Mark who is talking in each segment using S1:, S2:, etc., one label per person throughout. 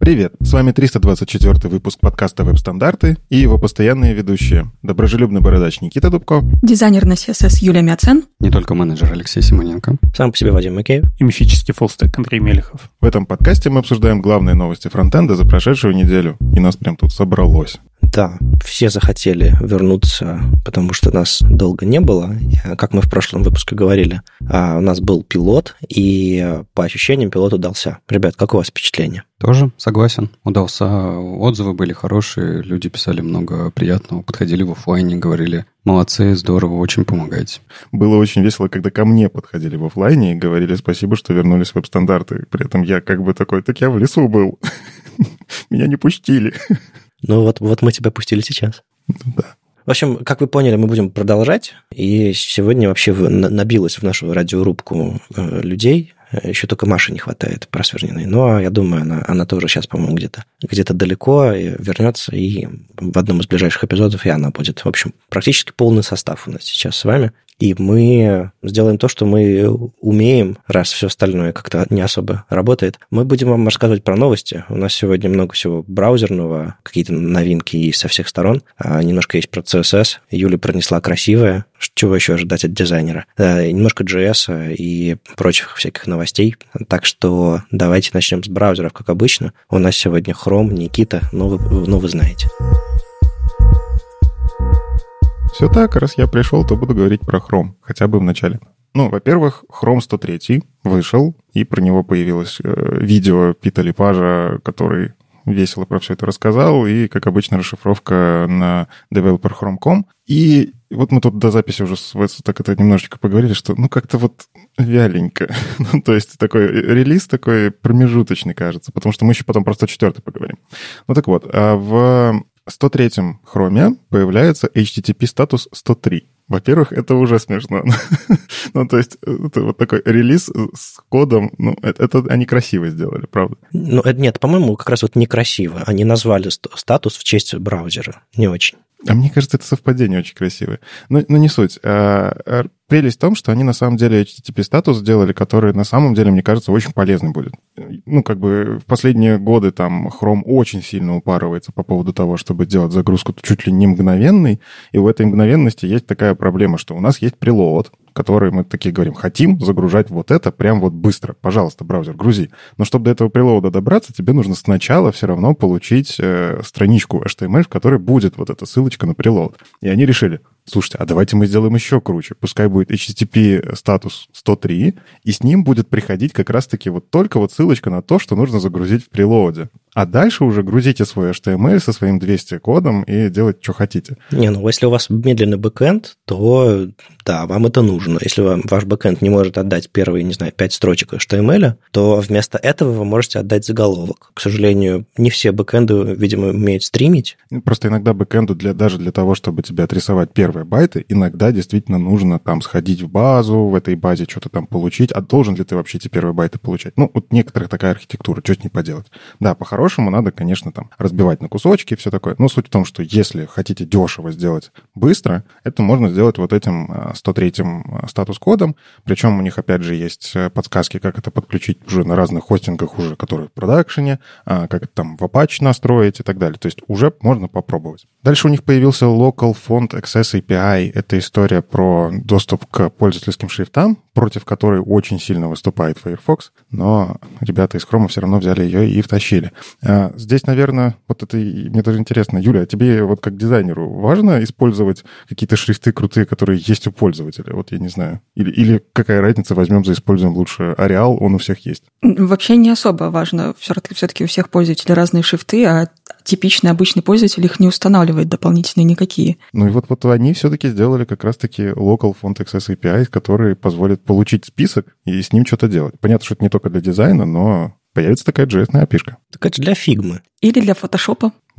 S1: Привет, с вами 324 выпуск подкаста «Веб-стандарты» и его постоянные ведущие. Доброжелюбный бородач Никита Дубко.
S2: Дизайнер на CSS Юлия Мяцен.
S3: Не только менеджер Алексей Симоненко.
S4: Сам по себе Вадим Макеев.
S5: И мифический фуллстек Андрей Мелехов.
S1: В этом подкасте мы обсуждаем главные новости фронтенда за прошедшую неделю. И нас прям тут собралось.
S4: Да, все захотели вернуться, потому что нас долго не было. Как мы в прошлом выпуске говорили, у нас был пилот, и по ощущениям пилот удался. Ребят, как у вас впечатление?
S3: Тоже согласен. Удался. Отзывы были хорошие, люди писали много приятного, подходили в офлайне, говорили: молодцы, здорово, очень помогаете.
S1: Было очень весело, когда ко мне подходили в офлайне и говорили: спасибо, что вернулись в веб-стандарты. При этом я как бы такой: так я в лесу был. Меня не пустили.
S4: Ну вот мы тебя пустили сейчас.
S1: Да.
S4: В общем, как вы поняли, мы будем продолжать. И сегодня вообще набилось в нашу радиорубку людей. Еще только Маши не хватает просверненной. Но я думаю, она тоже сейчас, по-моему, где-то далеко вернется. И в одном из ближайших эпизодов и она будет. В общем, практически полный состав у нас сейчас с вами. И мы сделаем то, что мы умеем, раз все остальное как-то не особо работает. Мы будем вам рассказывать про новости. У нас сегодня много всего браузерного, какие-то новинки есть со всех сторон. Немножко есть про CSS. Юля пронесла красивое. Чего еще ожидать от дизайнера? Немножко JS и прочих всяких новостей. Так что давайте начнем с браузеров, как обычно. У нас сегодня Chrome, Никита, но вы знаете.
S1: Все так, раз я пришел, то буду говорить про Chrome, хотя бы в начале. Ну, во-первых, Chrome 103 вышел, и про него появилось видео Пита Липажа, который весело про все это рассказал, и, как обычно, расшифровка на developer.chrome.com. И вот мы тут до записи уже так это немножечко поговорили, что как-то вот вяленько. То есть такой релиз такой промежуточный, кажется, потому что мы еще потом про 104 поговорим. Ну так вот, в 103-м Chrome появляется HTTP статус 103. Во-первых, это уже смешно. То есть это вот такой релиз с кодом, это они красиво сделали, правда?
S4: Нет, по-моему, как раз вот некрасиво. Они назвали статус в честь браузера. Не очень.
S1: А мне кажется, это совпадение очень красивое. Но не суть. Прелесть в том, что они на самом деле HTTP-статус сделали, который на самом деле, мне кажется, очень полезный будет. В последние годы там Chrome очень сильно упарывается по поводу того, чтобы делать загрузку чуть ли не мгновенной, и в этой мгновенности есть такая проблема, что у нас есть preload, который мы такие говорим: хотим загружать вот это прям вот быстро. Пожалуйста, браузер, грузи. Но чтобы до этого прелоуда добраться, тебе нужно сначала все равно получить страничку HTML, в которой будет вот эта ссылочка на preload. И они решили: слушайте, а давайте мы сделаем еще круче. Пускай будет HTTP статус 103, и с ним будет приходить как раз-таки вот только вот ссылочка на то, что нужно загрузить в прелоуде. А дальше уже грузите свой HTML со своим 200 кодом и делайте, что хотите.
S4: Если у вас медленный бэкэнд, то да, вам это нужно. Если ваш бэкэнд не может отдать первые, 5 строчек HTML, то вместо этого вы можете отдать заголовок. К сожалению, не все бэкэнды, видимо, умеют стримить.
S1: Просто иногда бэкэнду даже для того, чтобы тебе отрисовать первые байты, иногда действительно нужно там сходить в базу, в этой базе что-то там получить. А должен ли ты вообще эти первые байты получать? Вот некоторых такая архитектура, что-то не поделать. Да, по-хорошему надо, конечно, там разбивать на кусочки и все такое. Но суть в том, что если хотите дешево сделать быстро, это можно сделать вот этим 103-м статус-кодом. Причем у них, опять же, есть подсказки, как это подключить уже на разных хостингах, уже которые в продакшене, как это там в Apache настроить и так далее. То есть уже можно попробовать. Дальше у них появился Local Font Access API. Это история про доступ к пользовательским шрифтам, против которой очень сильно выступает Firefox, но ребята из Chrome все равно взяли ее и втащили. Здесь, наверное, вот это мне тоже интересно. Юля, а тебе вот как дизайнеру важно использовать какие-то шрифты крутые, которые есть у пользователя? Вот я не знаю. Или какая разница, возьмем используем лучше Arial, он у всех есть?
S2: Вообще не особо важно. Все-таки у всех пользователей разные шрифты, а типичный обычный пользователь их не устанавливает дополнительные никакие.
S1: И вот они все-таки сделали как раз-таки Local Font Access API, который позволит получить список и с ним что-то делать. Понятно, что это не только для дизайна, но появится такая JS-ная API-шка.
S4: Так это же для фигмы.
S2: Или для фотошопа.
S1: Да.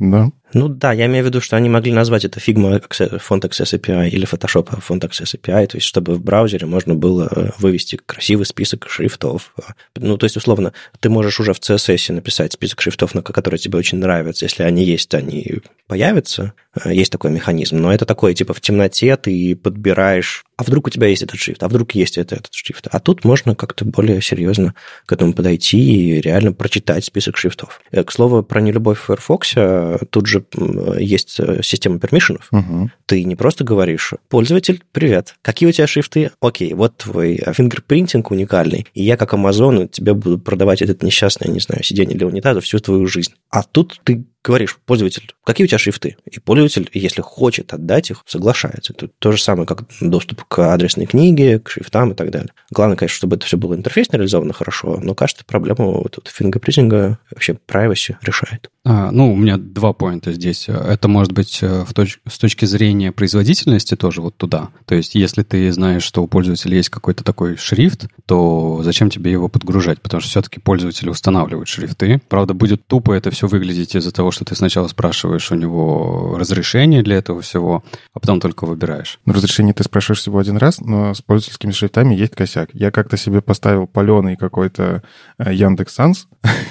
S4: Ну да, я имею в виду, что они могли назвать это Figma Font Access API или Photoshop Font Access API, то есть чтобы в браузере можно было вывести красивый список шрифтов. Ну, то есть, условно, ты можешь уже в CSS написать список шрифтов, которые тебе очень нравятся. Если они есть, они появятся. Есть такой механизм. Но это такое, типа, в темноте ты подбираешь, а вдруг у тебя есть этот шрифт, а вдруг есть этот шрифт. А тут можно как-то более серьезно к этому подойти и реально прочитать список шрифтов. К слову, про нелюбовь в Firefox, тут же есть система пермишенов. Угу. Ты не просто говоришь: пользователь, привет, какие у тебя шрифты? Окей, вот твой фингерпринтинг уникальный, и я, как Amazon, тебе буду продавать этот несчастный, не знаю, сиденье для унитаза всю твою жизнь. А тут ты говоришь: пользователь, какие у тебя шрифты? И пользователь, если хочет отдать их, соглашается. Это то же самое, как доступ к адресной книге, к шрифтам и так далее. Главное, конечно, чтобы это все было интерфейсно реализовано хорошо, но, кажется, проблему фингерпринтинга, вообще privacy решает.
S3: У меня 2 поинта здесь. Это может быть с точки зрения производительности тоже вот туда. То есть, если ты знаешь, что у пользователя есть какой-то такой шрифт, то зачем тебе его подгружать? Потому что все-таки пользователи устанавливают шрифты. Правда, будет тупо это все выглядеть из-за того, что ты сначала спрашиваешь у него разрешение для этого всего, а потом только выбираешь.
S1: Разрешение ты спрашиваешь всего один раз, но с пользовательскими шрифтами есть косяк. Я как-то себе поставил паленый какой-то Яндекс.Санс.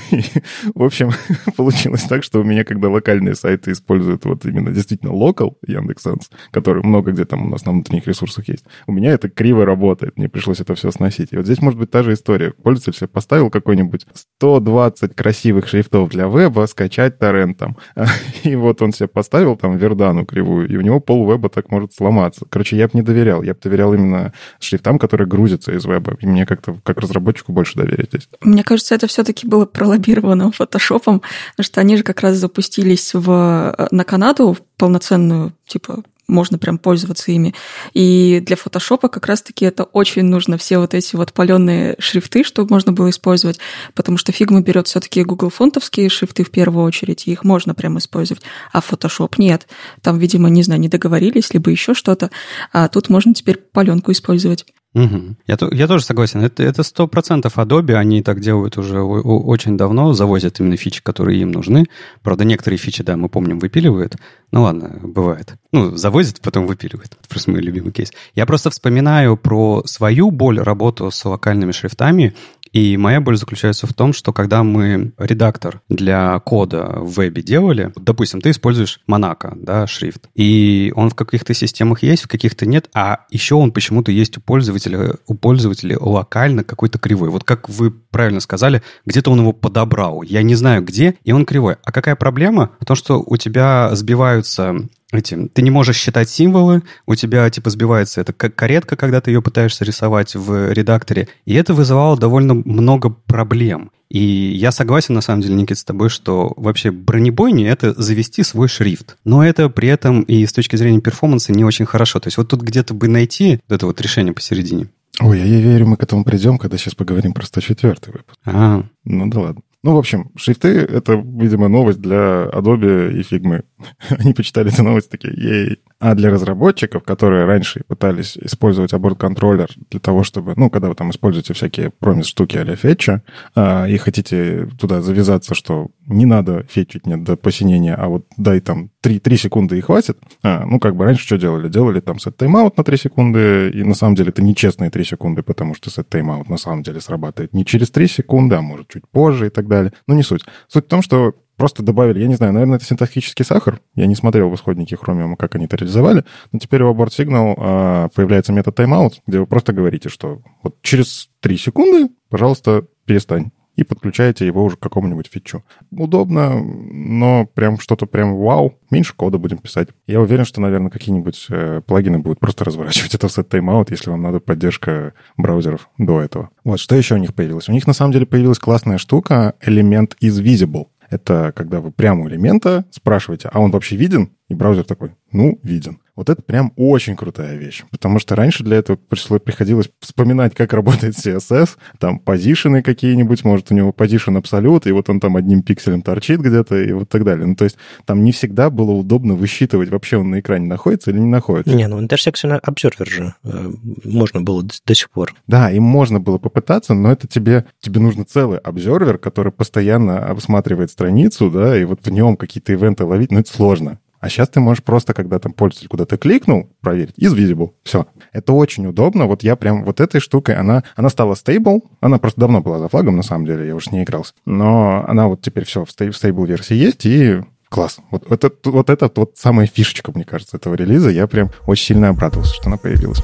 S1: В общем, получилось так, что у меня, когда локальные сайты используют вот именно действительно local Яндекс.Санс, который много где там у нас на внутренних ресурсах есть, у меня это криво работает. Мне пришлось это все сносить. И вот здесь может быть та же история. Пользователь себе поставил какой-нибудь 120 красивых шрифтов для веба, скачать торрент там. И вот он себе поставил там Вердану кривую, и у него пол-веба так может сломаться. Короче, я бы не доверял. Я бы доверял именно шрифтам, которые грузятся из веба. И мне как-то, как разработчику, больше доверия здесь.
S2: Мне кажется, это все-таки было пролоббировано фотошопом, потому что они же как раз запустились на Канаду полноценную, типа, можно прям пользоваться ими. И для фотошопа как раз-таки это очень нужно, все вот эти вот паленые шрифты, чтобы можно было использовать, потому что Figma берет все-таки Google фонтовские шрифты в первую очередь, и их можно прям использовать, а Photoshop нет. Там, видимо, не знаю, не договорились, либо еще что-то, а тут можно теперь паленку использовать.
S3: Угу. Я тоже согласен. Это 100% Adobe, они так делают уже очень давно, завозят именно фичи, которые им нужны. Правда, некоторые фичи, да, мы помним, выпиливают. Ну ладно, бывает. Завозят, потом выпиливают. Это просто мой любимый кейс. Я просто вспоминаю про свою боль, работу с локальными шрифтами. И моя боль заключается в том, что когда мы редактор для кода в вебе делали, допустим, ты используешь Monaco, да, шрифт, и он в каких-то системах есть, в каких-то нет, а еще он почему-то есть у пользователя локально какой-то кривой. Вот как вы правильно сказали, где-то он его подобрал. Я не знаю где, и он кривой. А какая проблема? В том, что у тебя сбиваются... Ты не можешь считать символы, у тебя типа сбивается эта каретка, когда ты ее пытаешься рисовать в редакторе, и это вызывало довольно много проблем. И я согласен, на самом деле, Никит, с тобой, что вообще бронебойнее — это завести свой шрифт. Но это при этом и с точки зрения перформанса не очень хорошо. То есть вот тут где-то бы найти это вот решение посередине.
S1: Ой, я верю, мы к этому придем, когда сейчас поговорим про 104-й выпуск. Ну да ладно. В общем, шрифты — это, видимо, новость для Adobe и Figma. Они почитали эту новость, такие, ей. А для разработчиков, которые раньше пытались использовать аборт-контроллер для того, чтобы, когда вы там используете всякие промис-штуки а-ля фетча, и хотите туда завязаться, что не надо фетчить нет до посинения, а вот дай там 3 секунды и хватит. Раньше что делали? Делали там set timeout на 3 секунды, и на самом деле это нечестные 3 секунды, потому что set timeout на самом деле срабатывает не через 3 секунды, а может чуть позже и так далее. Не суть. Суть в том, что просто добавили, я не знаю, наверное, это синтаксический сахар. Я не смотрел в исходнике Chromium, как они это реализовали. Но теперь у Abort Signal появляется метод timeout, где вы просто говорите, что вот через 3 секунды, пожалуйста, перестань. И подключаете его уже к какому-нибудь фичу. Удобно, но прям что-то прям вау. Меньше кода будем писать. Я уверен, что, наверное, какие-нибудь плагины будут просто разворачивать это в set timeout, если вам надо поддержка браузеров до этого. Вот, что еще у них появилось? У них, на самом деле, появилась классная штука Element is visible. Это когда вы прямо у элемента спрашиваете, а он вообще виден? И браузер такой, виден. Вот это прям очень крутая вещь, потому что раньше для этого приходилось вспоминать, как работает CSS, там позишены какие-нибудь, может, у него позишен абсолют, и вот он там одним пикселем торчит где-то, и вот так далее. Ну, то есть там не всегда было удобно высчитывать, вообще он на экране находится или не находится.
S4: Не, ну Intersection Observer же можно было до сих пор.
S1: Да, им можно было попытаться, но это тебе нужно целый обзервер, который постоянно обсматривает страницу, да, и вот в нем какие-то ивенты ловить, ну, это сложно. А сейчас ты можешь просто, когда там пользователь куда-то кликнул, проверить, is visible. Все. Это очень удобно. Вот я прям вот этой штукой, она стала stable, она просто давно была за флагом, на самом деле, я уж не игрался. Но она вот теперь все в stable версии есть, и класс. Вот это вот самая фишечка, мне кажется, этого релиза. Я прям очень сильно обрадовался, что она появилась.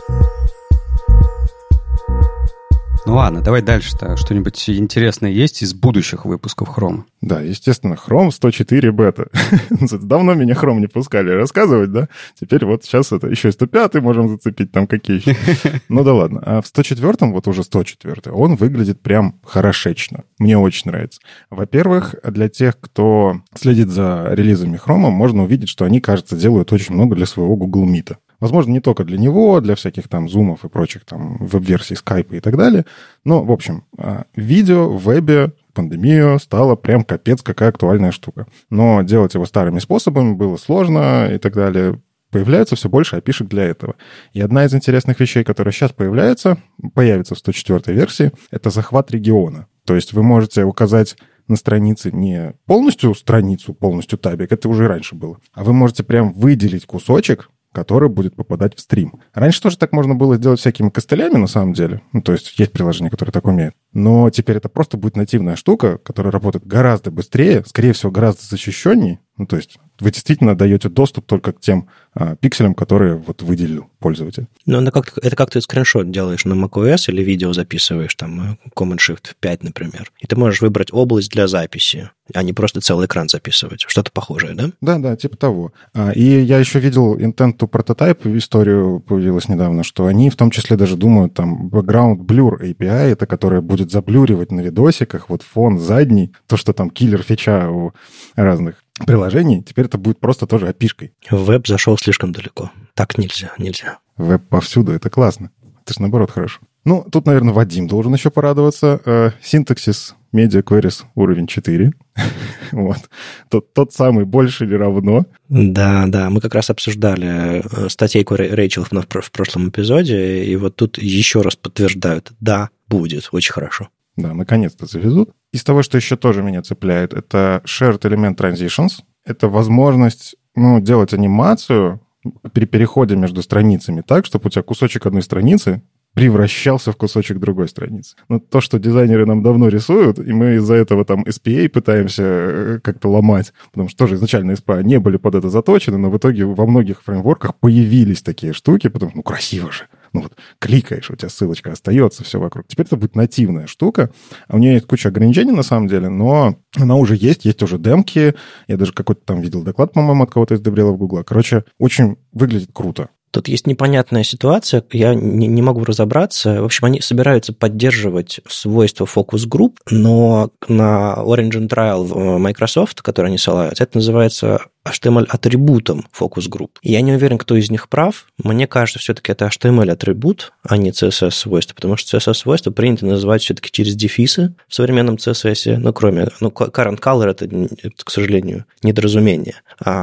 S3: Ну ладно, давай дальше-то. Что-нибудь интересное есть из будущих выпусков Chrome?
S1: Да, естественно, Chrome 104 бета. Давно меня Chrome не пускали рассказывать, да? Теперь вот сейчас это еще и 105 можем зацепить, там какие еще. Ну да ладно. А в 104-м, вот уже 104-й, он выглядит прям хорошечно. Мне очень нравится. Во-первых, для тех, кто следит за релизами Chrome, можно увидеть, что они, кажется, делают очень много для своего Google Meet. Возможно, не только для него, для всяких там зумов и прочих там веб-версий скайпа и так далее. Но, в общем, видео в вебе в пандемию стало прям капец какая актуальная штука. Но делать его старыми способами было сложно и так далее. Появляется все больше опишек для этого. И одна из интересных вещей, которая сейчас появится в 104-й версии, это захват региона. То есть вы можете указать на странице не полностью страницу, полностью табик, это уже раньше было, а вы можете прям выделить кусочек, который будет попадать в стрим. Раньше тоже так можно было сделать всякими костылями, на самом деле. Ну, то есть есть приложения, которые так умеют. Но теперь это просто будет нативная штука, которая работает гораздо быстрее, скорее всего, гораздо защищеннее. Ну, то есть вы действительно даете доступ только к тем пикселям, которые вот выделил пользователь.
S4: Ну, это как ты скриншот делаешь на macOS или видео записываешь, там, Command-Shift 5, например. И ты можешь выбрать область для записи, а не просто целый экран записывать. Что-то похожее, да?
S1: Да, типа того. И я еще видел Intent to Prototype, историю появилась недавно, что они в том числе даже думают, там, Background Blur API, это которая будет заблюривать на видосиках, вот фон задний, то, что там киллер-фича у разных приложений, теперь это будет просто тоже API-шкой.
S4: Веб зашел слишком далеко. Так нельзя.
S1: Веб повсюду, это классно. Это же наоборот хорошо. Ну, тут, наверное, Вадим должен еще порадоваться. Синтаксис Media Queries уровень 4. Вот. Тот самый больше или равно.
S4: Да, мы как раз обсуждали статейку Рэйчел в прошлом эпизоде, и вот тут еще раз подтверждают, да, будет, очень хорошо.
S1: Да, наконец-то завезут. Из того, что еще тоже меня цепляет, это Shared Element Transitions. Это возможность, делать анимацию при переходе между страницами так, чтобы у тебя кусочек одной страницы превращался в кусочек другой страницы. Ну, то, что дизайнеры нам давно рисуют, и мы из-за этого там SPA пытаемся как-то ломать, потому что тоже изначально SPA не были под это заточены, но в итоге во многих фреймворках появились такие штуки, потому что, красиво же. Кликаешь, у тебя ссылочка остается, все вокруг. Теперь это будет нативная штука. У нее есть куча ограничений, на самом деле, но она уже есть уже демки. Я даже какой-то там видел доклад, по-моему, от кого-то из деврелов Гугла. Короче, очень выглядит круто.
S4: Тут есть непонятная ситуация, я не могу разобраться. В общем, они собираются поддерживать свойства Focus Group, но на Origin Trial в Microsoft, который они ссылаются, это называется HTML-атрибутом Focus Group. Я не уверен, кто из них прав. Мне кажется, все-таки это HTML-атрибут, а не CSS-свойства, потому что CSS-свойства принято называть все-таки через дефисы в современном CSS, кроме current color, это, к сожалению, недоразумение.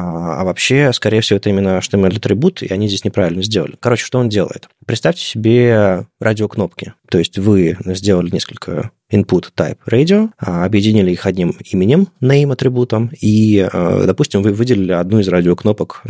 S4: А вообще, скорее всего, это именно HTML-атрибут, и они здесь неправильно сделали. Короче, что он делает? Представьте себе радиокнопки. То есть вы сделали несколько input type radio, объединили их одним именем, name атрибутом, и, допустим, вы выделили одну из радиокнопок,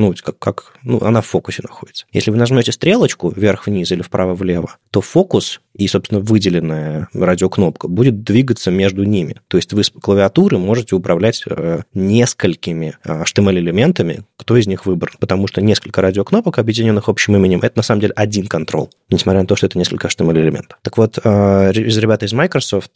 S4: она в фокусе находится. Если вы нажмете стрелочку вверх-вниз или вправо-влево, то фокус и, собственно, выделенная радиокнопка будет двигаться между ними. То есть вы с клавиатуры можете управлять несколькими HTML-элементами, кто из них выбран, потому что несколько радиокнопок, объединенных общим именем, это на самом деле один контрол, несмотря на то, что это несколько HTML-элементов. Так вот, ребята из Microsoft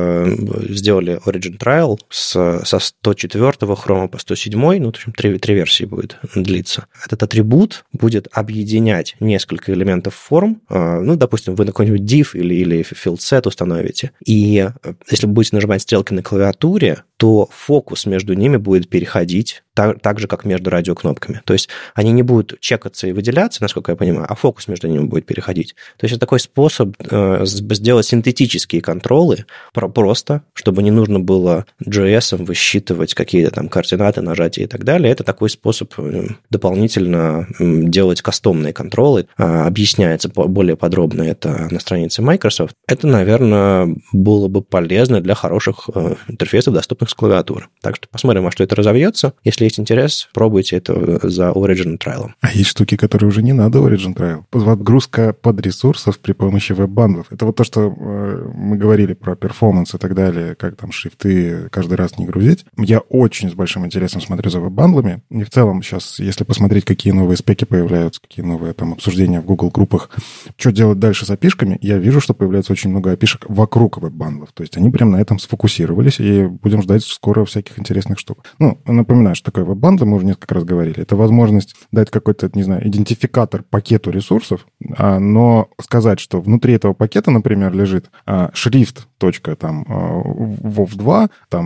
S4: сделали Origin Trial со 104-го Chrome по 107-й, в общем, три версии будет длиться. Этот атрибут будет объединять несколько элементов форм, допустим, вы на какой-нибудь div или field set установите, и если вы будете нажимать стрелки на клавиатуре, то фокус между ними будет переходить так же, как между радиокнопками. То есть они не будут чекаться и выделяться, насколько я понимаю, а фокус между ними будет переходить. То есть это такой способ сделать синтетические контролы просто, чтобы не нужно было JS высчитывать какие-то там координаты, нажатия и так далее. Это такой способ дополнительно делать кастомные контролы. Объясняется более подробно это на странице Microsoft. Это, наверное, было бы полезно для хороших интерфейсов, доступных с клавиатуры. Так что посмотрим, во что это разовьется. Если есть интерес, пробуйте это за Origin Trial.
S1: А есть штуки, которые уже не надо Origin Trial. Подгрузка подресурсов при помощи веб-бандлов. Это вот то, что мы говорили про перформанс и так далее, как там шрифты каждый раз не грузить. Я очень с большим интересом смотрю за веб-бандлами. И в целом сейчас, если посмотреть, какие новые спеки появляются, какие новые там обсуждения в Google группах, что делать дальше с API-шками, я вижу, что появляется очень много API-шек вокруг веб-бандлов. То есть они прям на этом сфокусировались, и будем ждать скоро всяких интересных штук. Ну, напоминаю, что такое веб-бандл, мы уже несколько раз говорили. Это возможность дать какой-то, не знаю, идентификатор пакету ресурсов, но сказать, что внутри этого пакета, например, лежит шрифт, там WoW2, там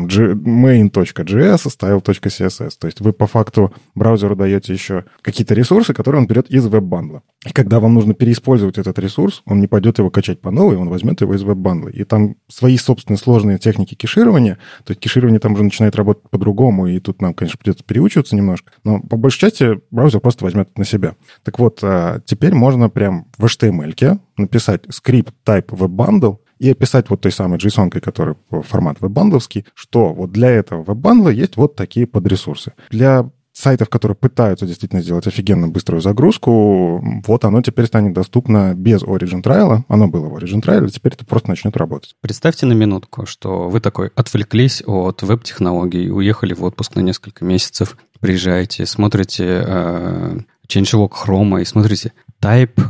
S1: main.js, style.css. То есть вы по факту браузеру даете еще какие-то ресурсы, которые он берет из веб-бандла. И когда вам нужно переиспользовать этот ресурс, он не пойдет его качать по новой, он возьмет его из веб-бандла. И там свои собственные сложные техники кеширования, то есть кеширование там уже начинает работать по-другому, и тут нам, конечно, придется переучиваться немножко, но по большей части браузер просто возьмет это на себя. Так вот, теперь можно прям в HTML-ке написать скрипт type web-bundle, и описать вот той самой JSON-кой, которая формат веб-бандловский, что вот для этого веб-бандла есть вот такие подресурсы. Для сайтов, которые пытаются действительно сделать офигенно быструю загрузку, вот оно теперь станет доступно без Origin Trial. Оно было в Origin Trial, теперь это просто начнет работать.
S3: Представьте на минутку, что вы такой отвлеклись от веб-технологий, уехали в отпуск на несколько месяцев, приезжаете, смотрите changelog Chrome и смотрите type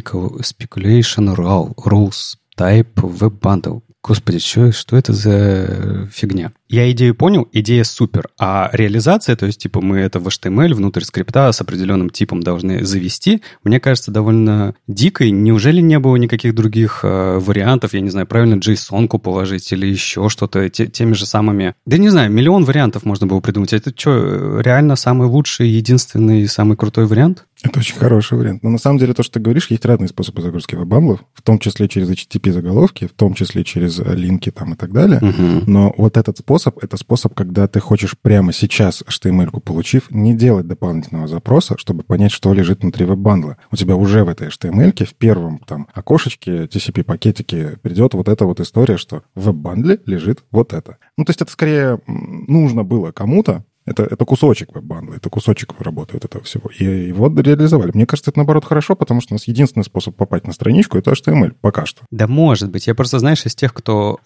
S3: speculation rules, type web bundle. Господи, что это за фигня? Я идею понял, идея супер. А реализация, то есть, типа, мы это в HTML внутрь скрипта с определенным типом должны завести, мне кажется, довольно дикой. Неужели не было никаких других вариантов, я не знаю, правильно JSON-ку положить или еще что-то теми же самыми... Да не знаю, миллион вариантов можно было придумать. Это что, реально самый лучший, единственный, самый крутой вариант?
S1: Это очень хороший вариант. Но на самом деле то, что ты говоришь, есть разные способы загрузки веб-бандлов, в том числе через HTTP-заголовки, в том числе через линки там и так далее. Но вот этот способ, это способ, когда ты хочешь прямо сейчас HTML-ку получив, не делать дополнительного запроса, чтобы понять, что лежит внутри веб-бандла. У тебя уже в этой HTML-ке в первом там окошечке TCP-пакетике придет вот эта вот история, что в веб-бандле лежит вот это. Ну, то есть это скорее нужно было кому-то. Это кусочек веб-бандла, это кусочек работы этого всего. И его реализовали. Мне кажется, это, наоборот, хорошо, потому что у нас единственный способ попасть на страничку — это HTML пока что.
S3: Да, может быть. Я просто, знаешь, из тех, кто...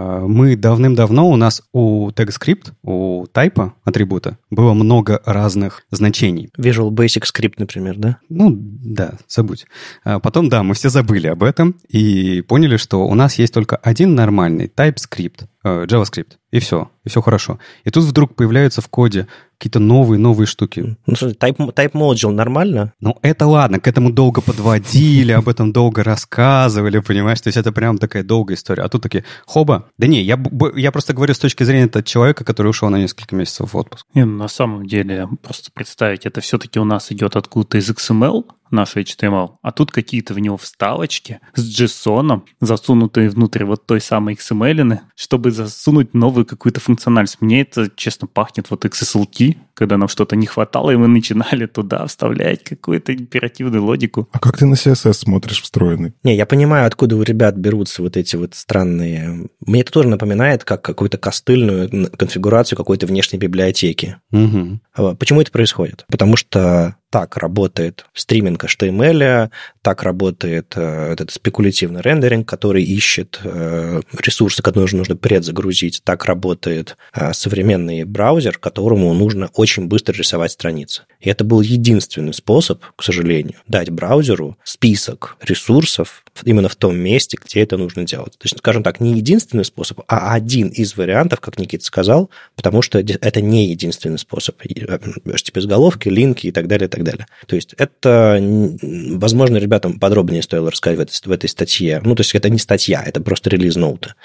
S3: мы давным-давно, у нас у TagScript, у тайпа атрибута было много разных значений.
S4: Visual Basic Script, например, да?
S3: Ну, да, забудь. Потом, да, мы все забыли об этом и поняли, что у нас есть только один нормальный TypeScript, JavaScript, и все хорошо. И тут вдруг появляются в коде какие-то новые штуки.
S4: Ну, смотри, type module нормально?
S3: Ну, это ладно, к этому долго подводили, об этом долго рассказывали, понимаешь? То есть это прям такая долгая история. А тут такие, хоба. Да не, я просто говорю с точки зрения этого человека, который ушел на несколько месяцев в отпуск.
S5: Не, на самом деле, просто представить, это все-таки у нас идет откуда-то из XML, наш HTML, а тут какие-то в него вставочки с JSON, засунутые внутрь вот той самой XML, чтобы засунуть новую какую-то функциональность. Мне это, честно, пахнет вот XSLT, когда нам что-то не хватало, и мы начинали туда вставлять какую-то императивную логику.
S1: А как ты на CSS смотришь встроенный?
S4: Не, я понимаю, откуда у ребят берутся вот эти вот странные... Мне это тоже напоминает как какую-то костыльную конфигурацию какой-то внешней библиотеки.
S3: Угу.
S4: Почему это происходит? Потому что так работает стриминг HTML, так работает этот спекулятивный рендеринг, который ищет ресурсы, которые нужно предзагрузить. Так работает современный браузер, которому нужно очень быстро рисовать страницы. И это был единственный способ, к сожалению, дать браузеру список ресурсов именно в том месте, где это нужно делать. То есть, скажем так, не единственный способ, а один из вариантов, как Никита сказал, потому что это не единственный способ. HTTP-заголовки, линки и так далее, и так так далее. То есть это, возможно, ребятам подробнее стоило рассказать в этой статье. Ну, то есть это не статья, это просто релиз-ноуты.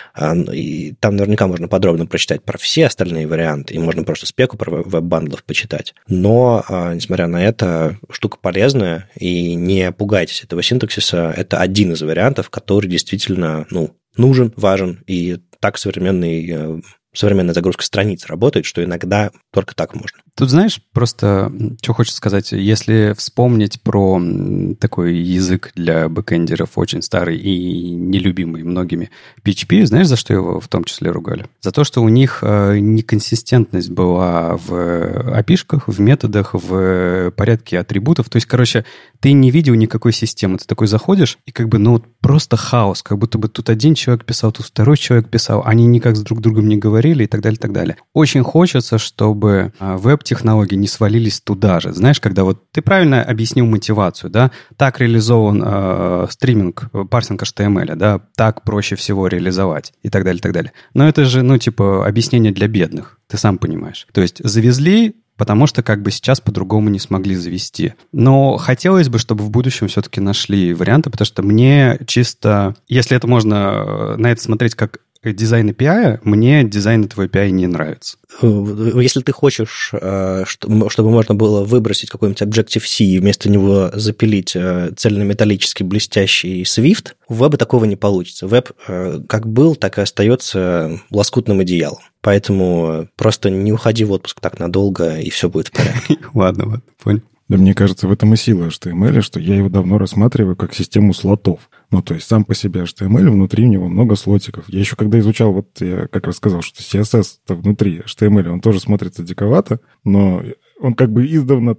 S4: И там наверняка можно подробно прочитать про все остальные варианты, и можно просто спеку про веб-бандлов почитать. Но, несмотря на это, штука полезная, и не пугайтесь этого синтаксиса. Это один из вариантов, который действительно нужен, важен, и так современная загрузка страниц работает, что иногда только так можно.
S3: Тут, знаешь, просто, что хочется сказать, если вспомнить про такой язык для бэкэндеров, очень старый и нелюбимый многими, PHP, знаешь, за что его в том числе ругали? За то, что у них неконсистентность была в API-шках, в методах, в порядке атрибутов. То есть, короче, ты не видел никакой системы. Ты такой заходишь, и как бы, просто хаос. Как будто бы тут один человек писал, тут второй человек писал. Они никак с друг другом не говорили и так далее, и так далее. Очень хочется, чтобы веб-технологии не свалились туда же. Знаешь, когда вот ты правильно объяснил мотивацию, да? Так реализован стриминг, парсинг HTML, да? Так проще всего реализовать и так далее, и так далее. Но это же, объяснение для бедных. Ты сам понимаешь. То есть завезли, потому что как бы сейчас по-другому не смогли завести. Но хотелось бы, чтобы в будущем все-таки нашли варианты, потому что мне чисто, если это можно на это смотреть как дизайн API, мне дизайн этого API не нравится.
S4: Если ты хочешь, чтобы можно было выбросить какой-нибудь Objective-C и вместо него запилить цельнометаллический блестящий Swift, в вебе такого не получится. Веб как был, так и остается лоскутным одеялом. Поэтому просто не уходи в отпуск так надолго, и все будет в порядке.
S3: Ладно, понял.
S1: Да мне кажется, в этом и сила HTML, что я его давно рассматриваю как систему слотов. То есть сам по себе HTML, внутри у него много слотиков. Я еще когда изучал, я как раз сказал, что CSS-то внутри HTML, он тоже смотрится диковато, но он как бы издавна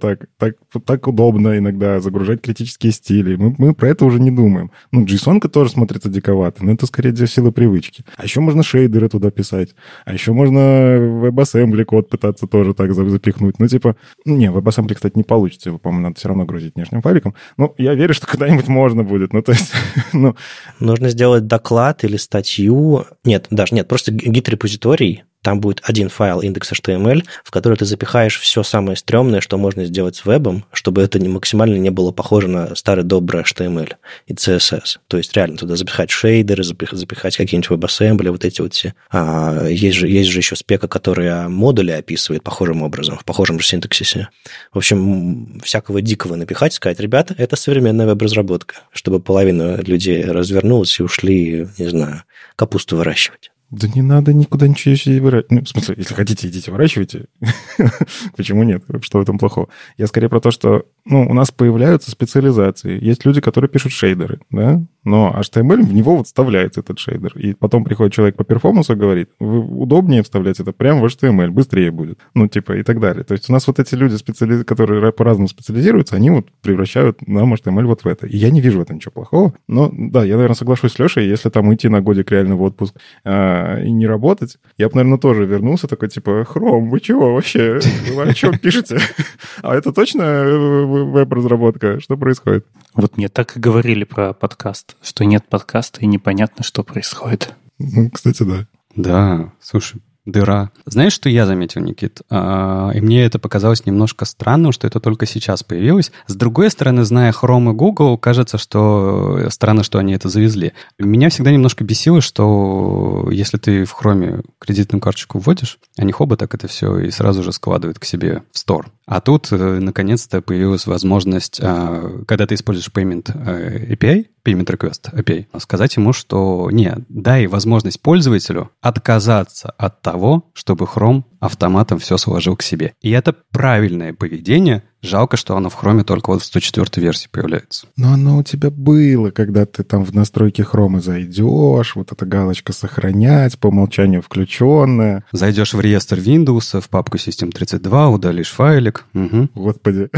S1: так удобно иногда загружать критические стили. Мы про это уже не думаем. JSON-ка тоже смотрится диковато, но это скорее для силы привычки. А еще можно шейдеры туда писать. А еще можно WebAssembly код пытаться тоже так запихнуть. WebAssembly, кстати, не получится. Его, по-моему, надо все равно грузить внешним файликом. Я верю, что когда-нибудь можно будет.
S4: Нужно сделать доклад или статью. Нет, просто гид-репозиторий. Там будет один файл index.html, в который ты запихаешь все самое стрёмное, что можно сделать с вебом, чтобы это максимально не было похоже на старый добрый HTML и CSS. То есть реально туда запихать шейдеры, запихать какие-нибудь WebAssembly, вот эти вот все. Есть же еще спека, которая модули описывает похожим образом, в похожем же синтаксисе. В общем, всякого дикого напихать, сказать, ребята, это современная веб-разработка, чтобы половина людей развернулась и ушли, не знаю, капусту выращивать.
S1: Да не надо никуда ничего себе выращивать. В смысле, если хотите, идите выращивайте. Почему нет? Что в этом плохого? Я скорее про то, что у нас появляются специализации. Есть люди, которые пишут шейдеры, да? Но HTML в него вставляется этот шейдер. И потом приходит человек по перформансу и говорит, удобнее вставлять это прямо в HTML, быстрее будет. И так далее. То есть у нас вот эти люди, которые по-разному специализируются, они превращают нам HTML вот в это. И я не вижу в этом ничего плохого. Но да, я, наверное, соглашусь с Лешей, если там уйти на годик реально в отпуск и не работать, я бы, наверное, тоже вернулся такой, Хром, вы чего вообще? Вы о чем пишете? А это точно веб-разработка? Что происходит?
S5: Вот мне так и говорили про подкаст, что нет подкаста и непонятно, что происходит.
S1: Кстати, да.
S3: Да, слушай, дыра. Знаешь, что я заметил, Никит? И мне это показалось немножко странным, что это только сейчас появилось. С другой стороны, зная Chrome и Google, кажется, что странно, что они это завезли. Меня всегда немножко бесило, что если ты в Chrome кредитную карточку вводишь, они хоба так это все и сразу же складывают к себе в Store. А тут, наконец-то, появилась возможность, когда ты используешь Payment API, Payment Request API, сказать ему, что дай возможность пользователю отказаться от того, чтобы Chrome автоматом все сложил к себе. И это правильное поведение. Жалко, что оно в Chrome только вот в 104 версии появляется.
S1: Но оно у тебя было, когда ты там в настройки Chrome зайдешь, вот эта галочка «Сохранять», по умолчанию включенная.
S3: Зайдешь в реестр Windows, в папку System32, удалишь файлик. Угу.
S1: Господи.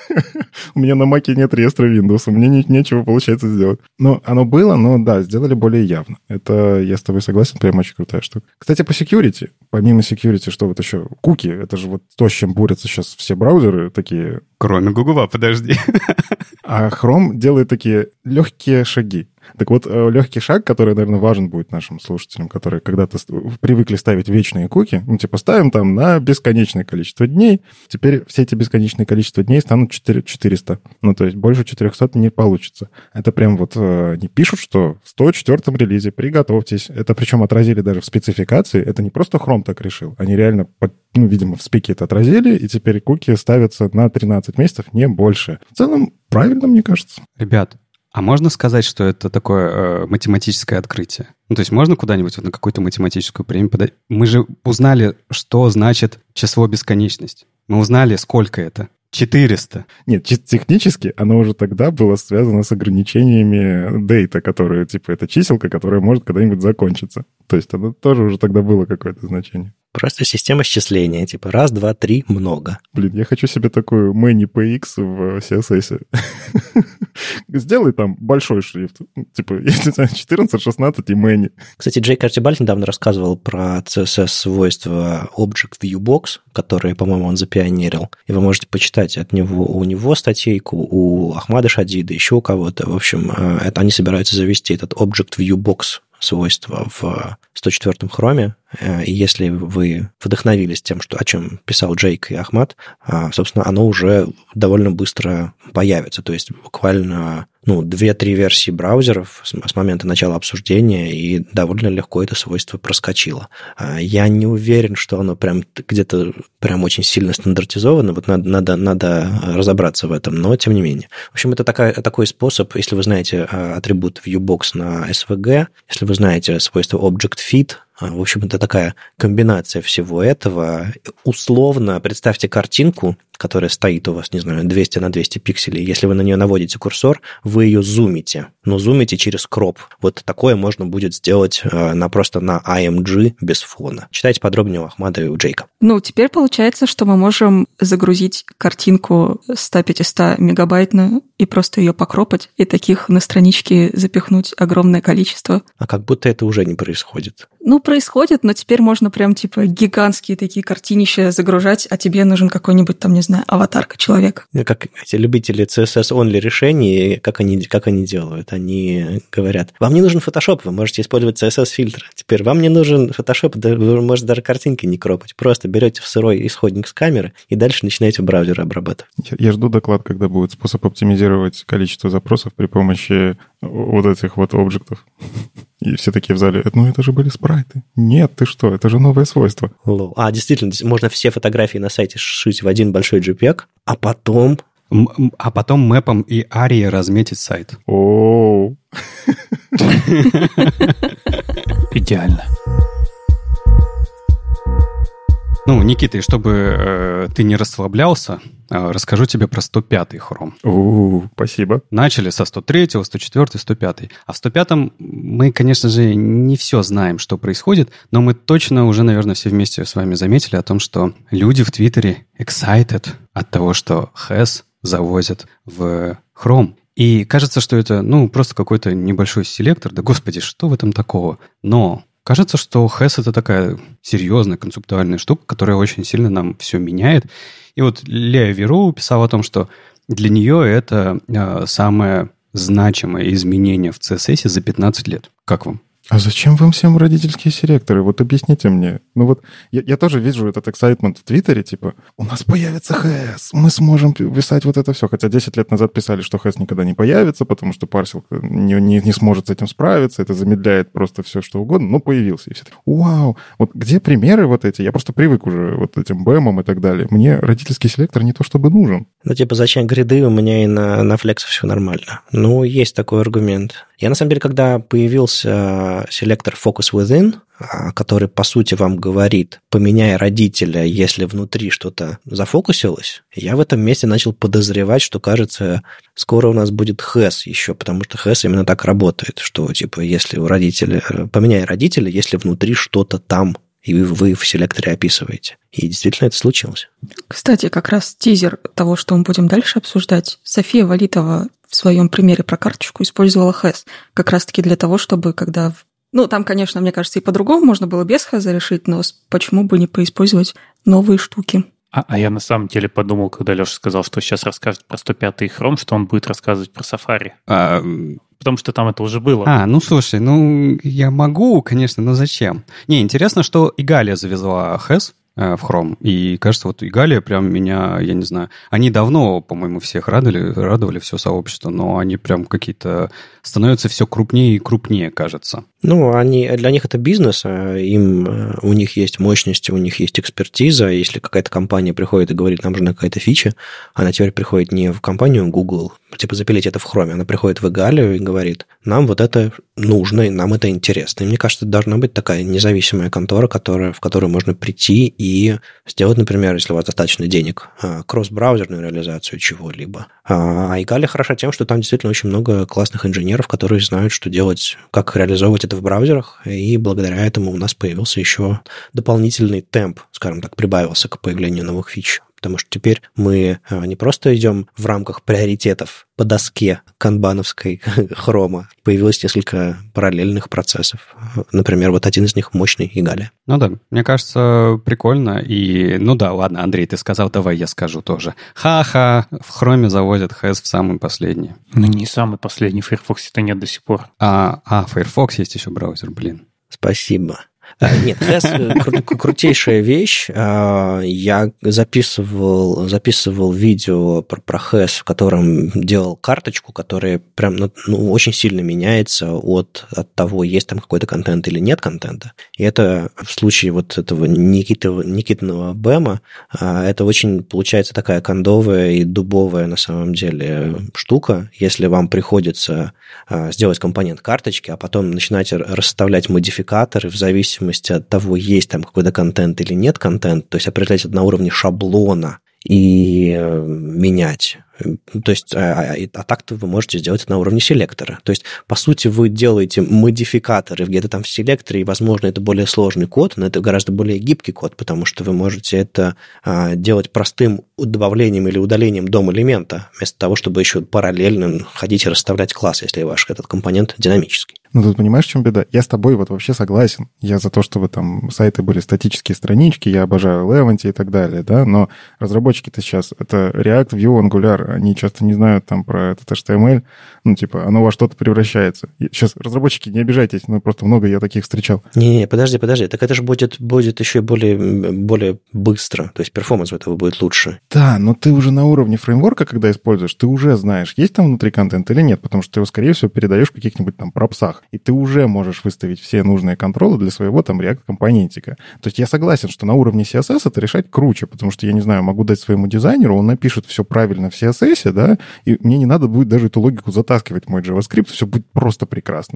S1: У меня на Mac'е нет реестра Windows, мне нечего получается сделать. Но оно было, но да, сделали более явно. Это, я с тобой согласен, прям очень крутая штука. Кстати, по security, помимо security, что вот еще? Куки, это же вот то, с чем борются сейчас все браузеры такие
S3: Кроме Гугла, подожди.
S1: А Chrome делает такие легкие шаги. Так вот, легкий шаг, который, наверное, важен будет нашим слушателям, которые когда-то привыкли ставить вечные куки, ну, типа, ставим там на бесконечное количество дней, теперь все эти бесконечные количество дней станут 400. Ну, то есть больше 400 не получится. Это прям вот не пишут, что в 104-м релизе приготовьтесь. Это причем отразили даже в спецификации. Это не просто Chrome так решил. Они реально, ну, видимо, в спеке это отразили, и теперь куки ставятся на 13 месяцев, не больше. В целом, правильно, мне кажется.
S3: Ребят, а можно сказать, что это такое математическое открытие? Ну, то есть можно куда-нибудь вот на какую-то математическую премию подать? Мы же узнали, что значит число бесконечность. Мы узнали, сколько это. 400.
S1: Нет, чисто технически оно уже тогда было связано с ограничениями дейта, которые, типа, это чиселка, которая может когда-нибудь закончиться. То есть оно тоже уже тогда было какое-то значение.
S4: Просто система счисления, типа раз, два, три, много.
S1: Блин, я хочу себе такую Many PX в CSS. Сделай там большой шрифт. Типа, если 14, 16 и Many.
S4: Кстати, Джейк Артибальд недавно рассказывал про CSS-свойства Object Viewbox, которые, по-моему, он запионерил. И вы можете почитать от него, у него статейку, у Ахмада Шадида, еще у кого-то. В общем, это они собираются завести этот Object Viewbox свойства в 104-м Chrome. И если вы вдохновились тем, о чем писал Джейк и Ахмад, собственно, оно уже довольно быстро появится. То есть буквально 2-3 версии браузеров с момента начала обсуждения, и довольно легко это свойство проскочило. Я не уверен, что оно прям где-то прям очень сильно стандартизовано. Вот надо разобраться в этом, но тем не менее. В общем, это такой способ, если вы знаете атрибут viewbox на SVG, если вы знаете свойство object fit, в общем, это такая комбинация всего этого. Условно, представьте картинку, которая стоит у вас, не знаю, 200 на 200 пикселей. Если вы на нее наводите курсор, вы ее зумите, но зумите через кроп. Вот такое можно будет сделать просто на IMG без фона. Читайте подробнее у Ахмада и у Джейка.
S2: Ну, теперь получается, что мы можем загрузить картинку 100-500 мегабайтную и просто ее покропать, и таких на страничке запихнуть огромное количество.
S4: А как будто это уже не происходит.
S2: Ну, происходит, но теперь можно прям типа гигантские такие картинища загружать, а тебе нужен какой-нибудь там, не знаю, аватарка человека.
S4: Как эти любители CSS-only решений, как они делают? Они говорят, вам не нужен Photoshop, вы можете использовать CSS-фильтр. Теперь вам не нужен Photoshop, да вы можете даже картинки не кропать. Просто берете в сырой исходник с камеры и дальше начинаете в браузере обрабатывать.
S1: Я жду доклад, когда будет способ оптимизировать количество запросов при помощи вот этих вот объектов. И все такие в зале, это же были спрайты. Нет, ты что, это же новое свойство.
S4: Действительно, можно все фотографии на сайте сшить в один большой JPEG, а потом
S3: мэпом и арией разметить сайт.
S1: Оу.
S5: Идеально.
S3: Никита, и чтобы ты не расслаблялся, расскажу тебе про 105-й Chrome.
S1: Спасибо.
S3: Начали со 103-го, 104-й, 105-й. А в 105-м мы, конечно же, не все знаем, что происходит, но мы точно уже, наверное, все вместе с вами заметили о том, что люди в Твиттере excited от того, что Has завозят в Chrome. И кажется, что это, просто какой-то небольшой селектор. Да, господи, что в этом такого? Но кажется, что Has — это такая серьезная концептуальная штука, которая очень сильно нам все меняет. И вот Лея Веру писала о том, что для нее это самое значимое изменение в CSS за 15 лет. Как вам?
S1: А зачем вам всем родительские селекторы? Вот объясните мне. Я тоже вижу этот excitement в Твиттере, типа, у нас появится Has, мы сможем писать вот это все. Хотя 10 лет назад писали, что Has никогда не появится, потому что парсил не сможет с этим справиться, это замедляет просто все, что угодно, но появился. И все такие, вау, вот где примеры вот эти? Я просто привык уже вот этим бэмом и так далее. Мне родительский селектор не то чтобы нужен.
S4: Зачем гриды, у меня и на Flex все нормально. Есть такой аргумент. Я, на самом деле, когда появился селектор Focus Within, который, по сути, вам говорит, поменяй родителя, если внутри что-то зафокусилось, я в этом месте начал подозревать, что, кажется, скоро у нас будет Has еще, потому что Has именно так работает, что, если у родителя... Поменяй родителя, если внутри что-то там, и вы в селекторе описываете. И действительно это случилось.
S2: Кстати, как раз тизер того, что мы будем дальше обсуждать, София Валитова в своем примере про карточку использовала Has как раз-таки для того, чтобы когда... там, конечно, мне кажется, и по-другому можно было без Has решить, но почему бы не поиспользовать новые штуки?
S5: А я на самом деле подумал, когда Леша сказал, что сейчас расскажет про 105-й Chrome, что он будет рассказывать про Safari. Потому что там это уже было.
S3: Ну слушай, я могу, конечно, но зачем? Не, интересно, что Igalia завезла HES в Chrome, и кажется, вот Igalia прям меня, я не знаю, они давно, по-моему, всех радовали все сообщество, но они прям какие-то становятся все крупнее и крупнее, кажется.
S4: Для них это бизнес, у них есть мощности, у них есть экспертиза. Если какая-то компания приходит и говорит, нам нужна какая-то фича, она теперь приходит не в компанию Google, запилить это в Chrome, она приходит в Igalia и говорит, нам вот это нужно, и нам это интересно. И мне кажется, это должна быть такая независимая контора, в которую можно прийти и сделать, например, если у вас достаточно денег, кросс-браузерную реализацию чего-либо. А Igalia хороша тем, что там действительно очень много классных инженеров, которые знают, что делать, как реализовывать это в браузерах, и благодаря этому у нас появился еще дополнительный темп, скажем так, прибавился к появлению новых фич. Потому что теперь мы не просто идем в рамках приоритетов по доске канбановской Chrome. Появилось несколько параллельных процессов. Например, вот один из них мощный Igalia.
S3: Да, мне кажется, прикольно. И, ладно, Андрей, ты сказал, давай я скажу тоже. Ха-ха, в Chrome заводят HES в самый последний.
S5: Не самый последний, в Firefox-то нет до сих пор.
S3: В Firefox есть еще браузер, блин.
S4: Спасибо. Нет, HES крутейшая вещь. Я записывал видео про HES, в котором делал карточку, которая прям очень сильно меняется от того, есть там какой-то контент или нет контента. И это в случае вот этого Никитиного БЭМа, это очень получается такая кондовая и дубовая на самом деле штука. Если вам приходится сделать компонент карточки, а потом начинать расставлять модификаторы в зависимости от того, есть там какой-то контент или нет контента, то есть определять это на уровне шаблона и менять. То есть, так-то вы можете сделать это на уровне селектора. То есть, по сути, вы делаете модификаторы где-то там в селекторе, и, возможно, это более сложный код, но это гораздо более гибкий код, потому что вы можете это делать простым добавлением или удалением дом-элемента, вместо того, чтобы еще параллельно ходить и расставлять класс, если ваш этот компонент динамический.
S1: Тут понимаешь, в чем беда? Я с тобой вот вообще согласен. Я за то, чтобы там сайты были статические странички, я обожаю Eleventy и так далее, да, но разработчики-то сейчас, это React, Vue, Angular, они часто не знают там про этот HTML, оно во что-то превращается. Сейчас, разработчики, не обижайтесь, просто много я таких встречал.
S4: Не, подожди, так это же будет еще более быстро, то есть перформанс этого будет лучше.
S1: Да, но ты уже на уровне фреймворка, когда используешь, ты уже знаешь, есть там внутри контент или нет, потому что ты его, скорее всего, передаешь в каких-нибудь там пропсах, и ты уже можешь выставить все нужные контролы для своего там React-компонентика. То есть я согласен, что на уровне CSS это решать круче, потому что, я не знаю, могу дать своему дизайнеру, он напишет все правильно в CSS, да, и мне не надо будет даже эту логику затаскивать в мой JavaScript, все будет просто прекрасно.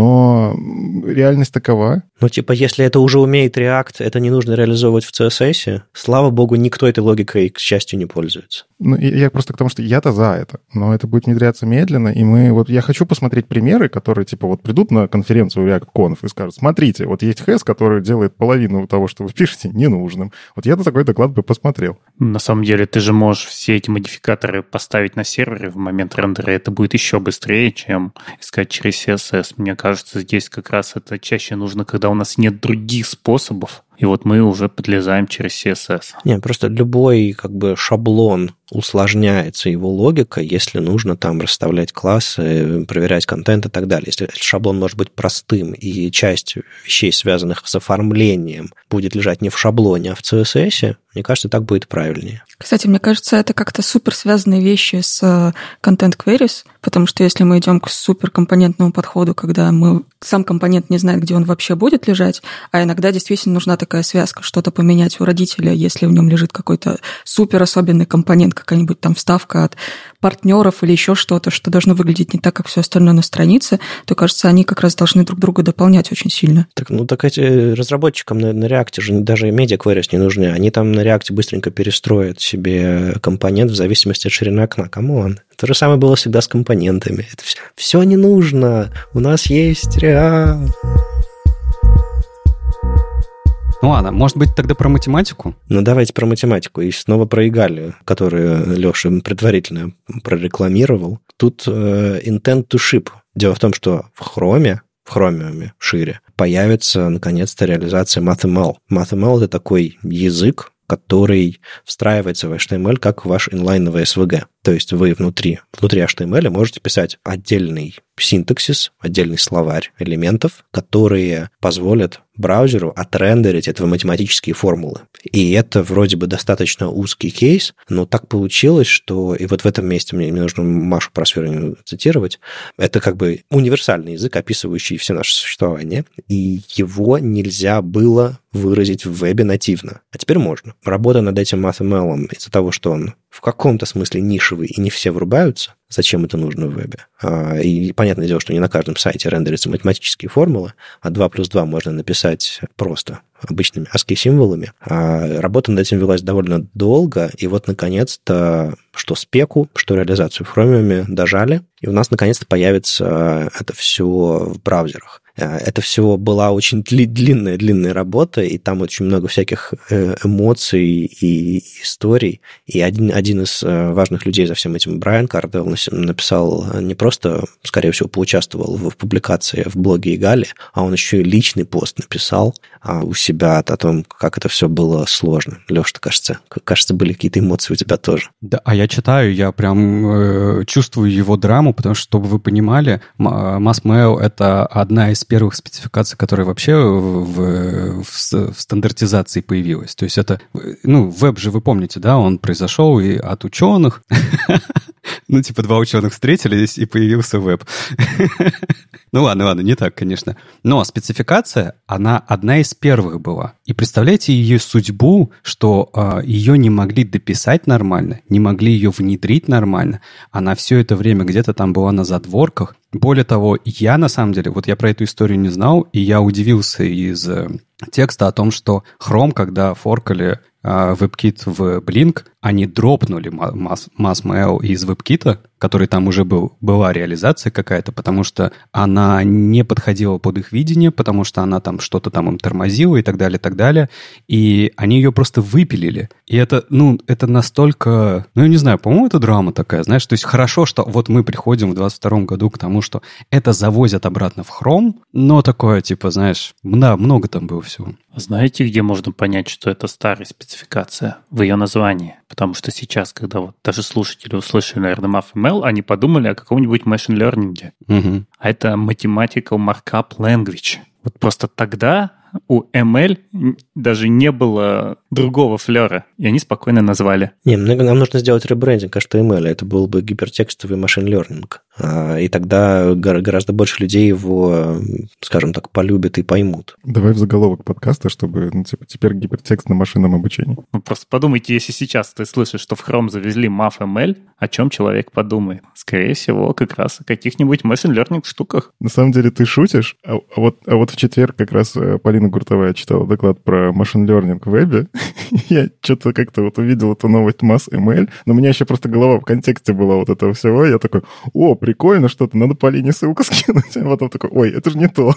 S1: Но реальность такова.
S4: Если это уже умеет React, это не нужно реализовывать в CSS, слава богу, никто этой логикой, к счастью, не пользуется.
S1: Я просто к тому, что я-то за это, но это будет внедряться медленно, и я хочу посмотреть примеры, которые, придут на конференцию React.conf и скажут, смотрите, вот есть HES, который делает половину того, что вы пишете, ненужным. Вот я на такой доклад бы посмотрел.
S5: На самом деле, ты же можешь все эти модификаторы поставить на сервере в момент рендера, это будет еще быстрее, чем искать через CSS. Мне кажется, здесь как раз это чаще нужно, когда у нас нет других способов, и вот мы уже подлезаем через CSS.
S4: Не, просто любой шаблон усложняется его логика, если нужно там расставлять классы, проверять контент и так далее. Если шаблон может быть простым, и часть вещей, связанных с оформлением, будет лежать не в шаблоне, а в CSS, мне кажется, так будет правильнее.
S2: Кстати, мне кажется, это как-то супер связанные вещи с Content Queries, потому что если мы идем к суперкомпонентному подходу, когда сам компонент не знает, где он вообще будет лежать, а иногда действительно нужна такая связка, что-то поменять у родителя, если в нем лежит какой-то супер особенный компонент, какая-нибудь там вставка от партнеров или еще что-то, что должно выглядеть не так, как все остальное на странице, то, кажется, они как раз должны друг друга дополнять очень сильно.
S4: Так эти разработчикам на React же даже media queries не нужны. Они там на React быстренько перестроят себе компонент в зависимости от ширины окна. Камон. То же самое было всегда с компонентами. Это все не нужно. У нас есть React.
S3: Ладно, может быть, тогда про математику?
S4: Давайте про математику. И снова про Igalia, которую Леша предварительно прорекламировал. Тут intent to ship. Дело в том, что в Chromium шире появится, наконец-то, реализация MathML. MathML – это такой язык, который встраивается в HTML как ваш инлайновый SVG. То есть вы внутри HTML можете писать отдельный синтаксис, отдельный словарь элементов, которые позволят браузеру отрендерить это в математические формулы. И это вроде бы достаточно узкий кейс, но так получилось, что... И вот в этом месте мне нужно Машу Просверину цитировать. Это как бы универсальный язык, описывающий все наше существование, и его нельзя было выразить в вебе нативно. А теперь можно. Работа над этим MathML из-за того, что он в каком-то смысле нишевый, и не все врубаются, зачем это нужно в вебе. И понятное дело, что не на каждом сайте рендерятся математические формулы, а 2 плюс 2 можно написать просто обычными ASCII-символами. Работа над этим велась довольно долго, и вот, наконец-то, что спеку, что реализацию в Chromium дожали, и у нас, наконец-то, появится это все в браузерах. Это все была очень длинная работа, и там очень много всяких эмоций и историй. И один из важных людей за всем этим, Брайан Кардвелл, написал не просто, скорее всего, поучаствовал в публикации в блоге Игали, а он еще и личный пост написал у себя о том, как это все было сложно. Леша, кажется, были какие-то эмоции у тебя тоже.
S3: Да, а я читаю, я прям чувствую его драму, потому что, чтобы вы понимали, MathML — это одна из первых спецификаций, которая вообще в стандартизации появилась. То есть это, веб же, вы помните, да, он произошел и от ученых. Два ученых встретились, и появился веб. Ладно, не так, конечно. Но спецификация, она одна из первых была. И представляете ее судьбу, что ее не могли дописать нормально, не могли ее внедрить нормально. Она все это время где-то там была на задворках. Более того, я на самом деле, я про эту историю не знал, и я удивился из текста о том, что Chrome, когда форкали WebKit в Blink, они дропнули MathML из WebKit, который там уже была реализация какая-то, потому что она не подходила под их видение, потому что она там что-то там им тормозила и так далее, и они ее просто выпилили. И это настолько... я не знаю, по-моему, это драма такая, знаешь, то есть хорошо, что вот мы приходим в 2022 году к тому, что это завозят обратно в Chrome, но такое, знаешь, много там было всего.
S5: Знаете, где можно понять, что это старая спецификация? В ее названии. Потому что сейчас, когда даже слушатели услышали, наверное, MathML, они подумали о каком-нибудь machine learning.
S3: Угу.
S5: А это Mathematical Markup Language. Вот просто тогда у ML даже не было другого флера, и они спокойно назвали.
S4: Нам нужно сделать ребрендинг HTML, это был бы гипертекстовый машин learning. И тогда гораздо больше людей его, скажем так, полюбят и поймут.
S1: Давай в заголовок подкаста, чтобы теперь гипертекст на машинном обучении.
S5: Просто подумайте, если сейчас ты слышишь, что в Chrome завезли MathML, о чем человек подумает? Скорее всего, как раз о каких-нибудь machine learning штуках.
S1: На самом деле ты шутишь, а вот в четверг как раз Полина Гуртовая читала доклад про машин learning в вебе. Я что-то как-то увидел эту новость MathML, но у меня еще просто голова в контексте была вот этого всего. Я такой, прикольно что-то, надо Полине ссылку скинуть. А потом такой, это же не то.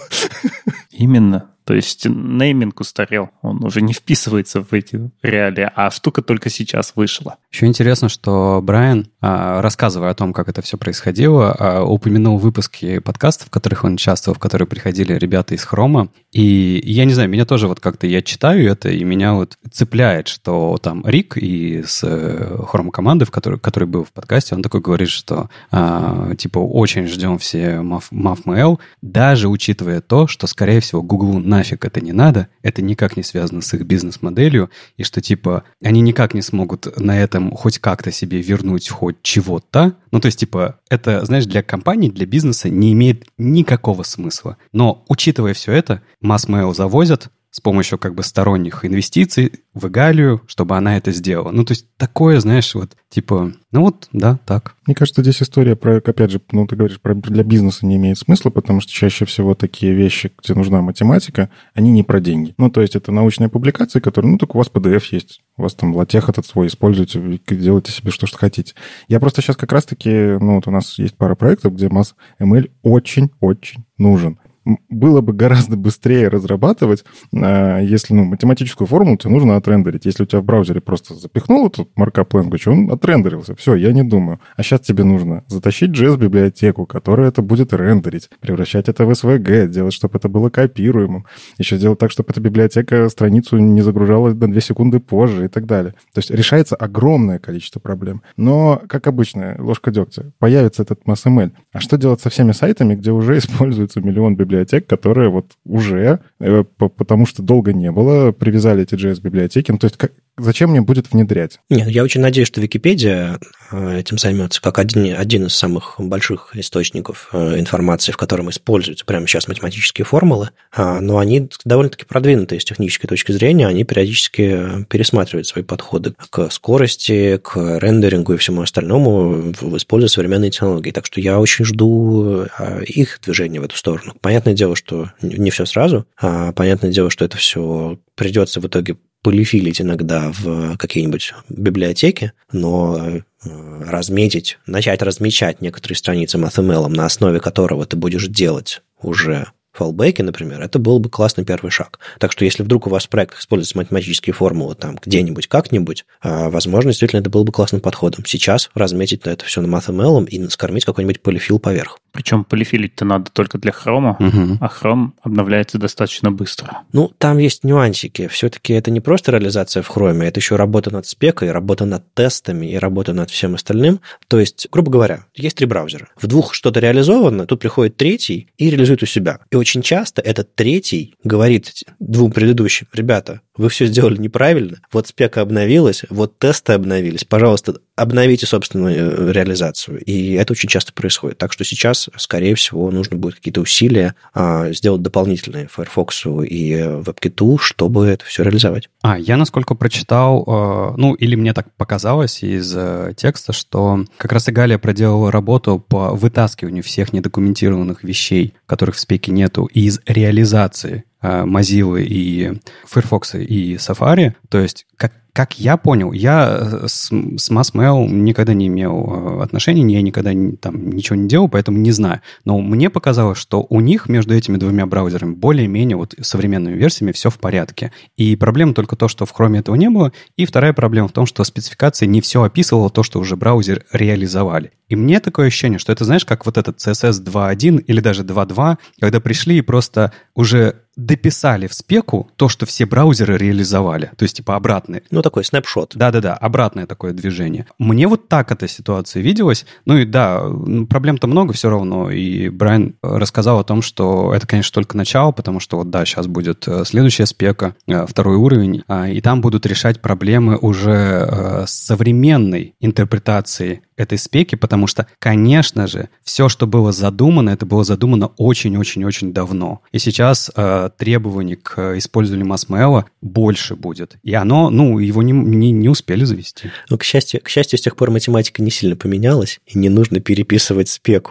S5: Именно. То есть нейминг устарел, он уже не вписывается в эти реалии, а штука только сейчас вышла.
S3: Еще интересно, что Брайан, рассказывая о том, как это все происходило, упомянул выпуски подкастов, в которых он участвовал, в которые приходили ребята из Хрома. И я не знаю, меня тоже как-то я читаю это, и меня цепляет, что там Рик из Хрома команды, который был в подкасте, он такой говорит, что очень ждем все MathML, даже учитывая то, что, скорее всего, Google нафиг это не надо, это никак не связано с их бизнес-моделью, и что, они никак не смогут на этом хоть как-то себе вернуть хоть чего-то. То есть, это, знаешь, для компании, для бизнеса не имеет никакого смысла. Но, учитывая все это, MathML завозят с помощью сторонних инвестиций в Игалию, чтобы она это сделала. То есть, такое, знаешь, да, так.
S1: Мне кажется, здесь история про, опять же, ты говоришь, для бизнеса не имеет смысла, потому что чаще всего такие вещи, где нужна математика, они не про деньги. То есть, это научные публикации, которые, так у вас PDF есть, у вас там латех этот свой, используйте, делайте себе что хотите. Я просто сейчас как раз-таки, у нас есть пара проектов, где MathML очень-очень нужен. было бы гораздо быстрее разрабатывать, если, математическую формулу тебе нужно отрендерить. Если у тебя в браузере просто запихнул этот markup language, он отрендерился. Все, я не думаю. А сейчас тебе нужно затащить JS-библиотеку, которая это будет рендерить, превращать это в SVG, делать, чтобы это было копируемым, еще сделать так, чтобы эта библиотека страницу не загружала на 2 секунды позже и так далее. То есть решается огромное количество проблем. Но, как обычно, ложка дегтя, появится этот MassML. А что делать со всеми сайтами, где уже используется миллион библиотек, которые вот уже, потому что долго не было, привязали эти JS-библиотеки? То есть зачем мне будет внедрять?
S4: Нет, я очень надеюсь, что Википедия этим займется как один из самых больших источников информации, в котором используются прямо сейчас математические формулы, но они довольно-таки продвинутые с технической точки зрения, они периодически пересматривают свои подходы к скорости, к рендерингу и всему остальному, используя современные технологии. Так что я очень жду их движения в эту сторону. Понятное дело, что не все сразу, понятное дело, что это все придется в итоге полифилить иногда в какие-нибудь библиотеки, но начать размечать некоторые страницы MathML, на основе которого ты будешь делать уже фаллбеки, например, это был бы классный первый шаг. Так что если вдруг у вас в проектах используются математические формулы там где-нибудь, как-нибудь, возможно, действительно это был бы классным подходом. Сейчас разметить это все на MathML и скормить какой-нибудь полифил поверх.
S5: Причем полифилить-то надо только для Chrome, а Chrome обновляется достаточно быстро.
S4: Там есть нюансики. Все-таки это не просто реализация в Chrome, это еще работа над спекой, работа над тестами и работа над всем остальным. То есть, грубо говоря, есть 3 браузера. В 2 что-то реализовано, тут приходит 3 и реализует у себя. И очень часто этот 3 говорит 2 предыдущим: ребята, вы все сделали неправильно, вот спека обновилась, вот тесты обновились, пожалуйста, обновите собственную реализацию. И это очень часто происходит. Так что сейчас, скорее всего, нужно будет какие-то усилия сделать дополнительные Firefox и WebKit, чтобы это все реализовать.
S3: Я, насколько прочитал, или мне так показалось из текста, что как раз и Галия проделала работу по вытаскиванию всех недокументированных вещей, которых в спеке нету, из реализации Mozilla и Firefox и Safari. То есть, как я понял, я с MassML никогда не имел отношений, я никогда там ничего не делал, поэтому не знаю. Но мне показалось, что у них между этими 2 браузерами более-менее вот современными версиями все в порядке. И проблема только то, что в Chrome этого не было. И вторая проблема в том, что спецификация не все описывала то, что уже браузер реализовали. И мне такое ощущение, что это, знаешь, как вот этот CSS 2.1 или даже 2.2, когда пришли и просто уже дописали в спеку то, что все браузеры реализовали. То есть, типа, обратные.
S4: Такой снапшот.
S3: Да-да-да, обратное такое движение. Мне вот так эта ситуация виделась. И да, проблем-то много все равно. И Брайан рассказал о том, что это, конечно, только начало, потому что вот да, сейчас будет следующая спека, 2 уровень, и там будут решать проблемы уже современной интерпретации этой спеки, потому что, конечно же, все, что было задумано, это было задумано очень-очень-очень давно. И сейчас требований к использованию MassML больше будет. И оно, его не успели завести.
S4: К счастью, с тех пор математика не сильно поменялась, и не нужно переписывать спеку.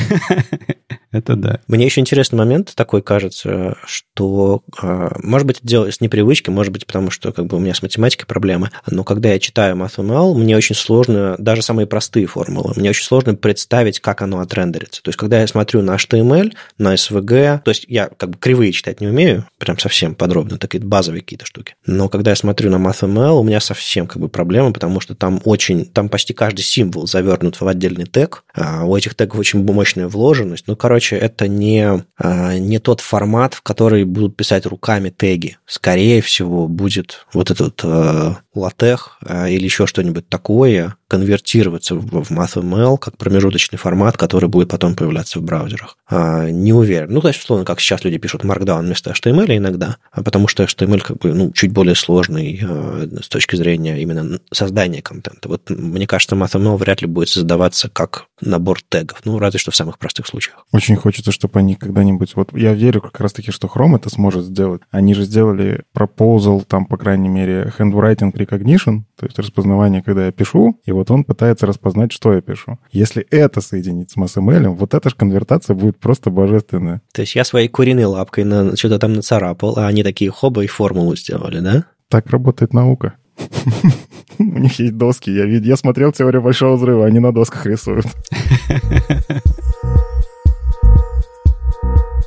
S3: Это да.
S4: Мне еще интересный момент такой кажется, что, может быть, это дело с непривычки, может быть, потому что у меня с математикой проблемы, но когда я читаю MathML, мне очень сложно, даже самые простые формулы, мне очень сложно представить, как оно отрендерится. То есть, когда я смотрю на HTML, на SVG, то есть я кривые читать не умею, прям совсем подробно, такие базовые какие-то штуки. Но когда я смотрю на MathML, у меня совсем проблема, потому что там почти каждый символ завернут в отдельный тег, у этих тегов очень мощная вложенность. Это не тот формат, в который будут писать руками теги. Скорее всего, будет вот этот LaTeX или еще что-нибудь такое конвертироваться в MathML как промежуточный формат, который будет потом появляться в браузерах. Не уверен. То есть, условно, как сейчас люди пишут Markdown вместо HTML иногда, потому что HTML чуть более сложный с точки зрения именно создания контента. Вот мне кажется, MathML вряд ли будет создаваться как набор тегов, разве что в самых простых случаях.
S1: Очень хочется, чтобы они когда-нибудь... Вот я верю как раз-таки, что Chrome это сможет сделать. Они же сделали proposal, там, по крайней мере, handwriting recognition, то есть распознавание, когда я пишу, и вот он пытается распознать, что я пишу. Если это соединить с MassML, вот эта же конвертация будет просто божественная.
S4: То есть я своей куриной лапкой что-то там нацарапал, а они такие хоба и формулу сделали, да?
S1: Так работает наука. У них есть доски. Я смотрел «Теорию большого взрыва», они на досках рисуют.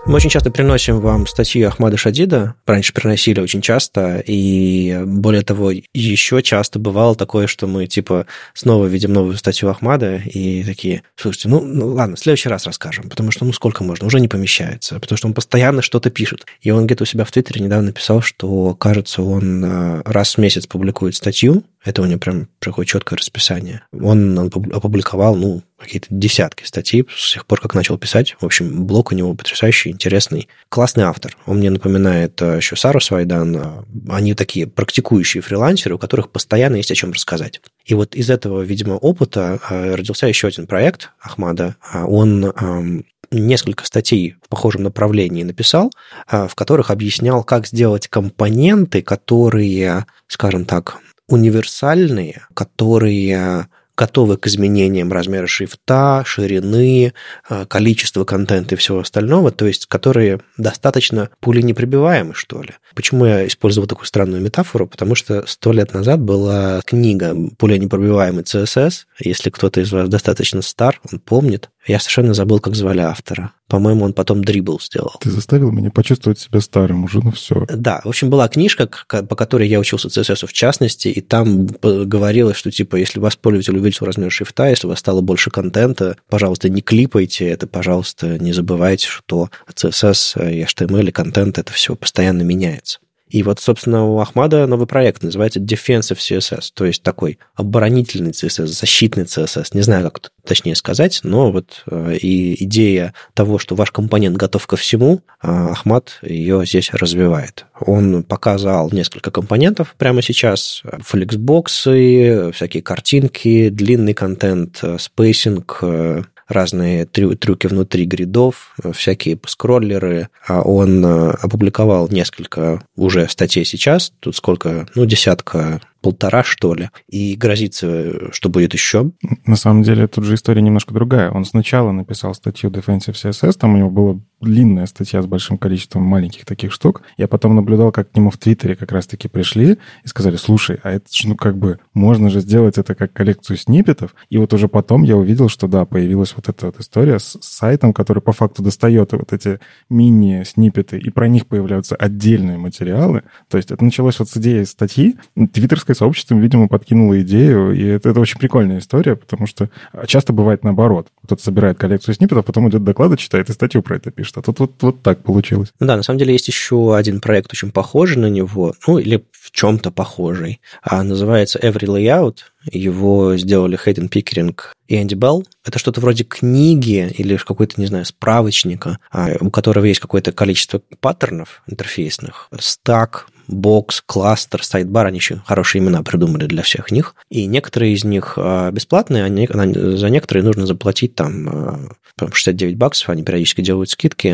S4: Мы очень часто приносим вам статьи Ахмада Шадида. Раньше приносили очень часто, и более того, еще часто бывало такое, что мы типа снова видим новую статью Ахмада и такие: слушайте, ну ладно, в следующий раз расскажем, потому что сколько можно, уже не помещается, потому что он постоянно что-то пишет. И он где-то у себя в Твиттере недавно написал, что, кажется, он раз в месяц публикует статью. Это у него прям приходит четкое расписание. Он опубликовал, какие-то десятки статей с тех пор, как начал писать. В общем, блог у него потрясающий, интересный. Классный автор. Он мне напоминает еще Сару Свайдан. Они такие практикующие фрилансеры, у которых постоянно есть о чем рассказать. И вот из этого, видимо, опыта родился еще один проект Ахмада. Он несколько статей в похожем направлении написал, в которых объяснял, как сделать компоненты, которые, скажем так, универсальные, которые готовы к изменениям размера шрифта, ширины, количества контента и всего остального, то есть которые достаточно пуленепробиваемы, что ли. Почему я использовал такую странную метафору? Потому что 100 лет назад была книга «Пуленепробиваемый CSS». Если кто-то из вас достаточно стар, он помнит. Я совершенно забыл, как звали автора. По-моему, он потом Dribble сделал.
S1: Ты заставил меня почувствовать себя старым уже, все.
S4: Да, в общем, была книжка, по которой я учился CSS в частности, и там говорилось, что, типа, если у вас пользователь увеличил размер шрифта, если у вас стало больше контента, пожалуйста, не клипайте это, пожалуйста, не забывайте, что CSS и HTML и контент, это все постоянно меняется. И вот, собственно, у Ахмада новый проект называется Defensive CSS, то есть такой оборонительный CSS, защитный CSS. Не знаю, как точнее сказать, но вот и идея того, что ваш компонент готов ко всему, Ахмад ее здесь развивает. Он показал несколько компонентов прямо сейчас. Флексбоксы, всякие картинки, длинный контент, спейсинг, разные трюки внутри гридов, всякие скроллеры. Он опубликовал несколько уже статей сейчас, тут сколько, десятка-полтора, что ли, и грозится, что будет еще.
S1: На самом деле, тут же история немножко другая. Он сначала написал статью Defensive CSS, там у него была длинная статья с большим количеством маленьких таких штук. Я потом наблюдал, как к нему в Твиттере как раз-таки пришли и сказали: слушай, а это же, можно же сделать это как коллекцию сниппетов. И вот уже потом я увидел, что да, появилась вот эта вот история с сайтом, который по факту достает вот эти мини-сниппеты, и про них появляются отдельные материалы. То есть это началось вот с идеи статьи. Твиттерское сообщество, видимо, подкинуло идею, и это очень прикольная история, потому что часто бывает наоборот. Кто-то собирает коллекцию сниппетов, потом идет доклады, читает и статью про это пишет. А тут вот так получилось.
S4: Да, на самом деле есть еще один проект, очень похожий на него, или в чем-то похожий. Называется Every Layout. Его сделали Хейден Пикеринг и Энди Белл. Это что-то вроде книги или какой-то, справочника, у которого есть какое-то количество паттернов интерфейсных. Стак, бокс, кластер, сайдбар, они еще хорошие имена придумали для всех них. И некоторые из них бесплатные, а за некоторые нужно заплатить там $69, они периодически делают скидки,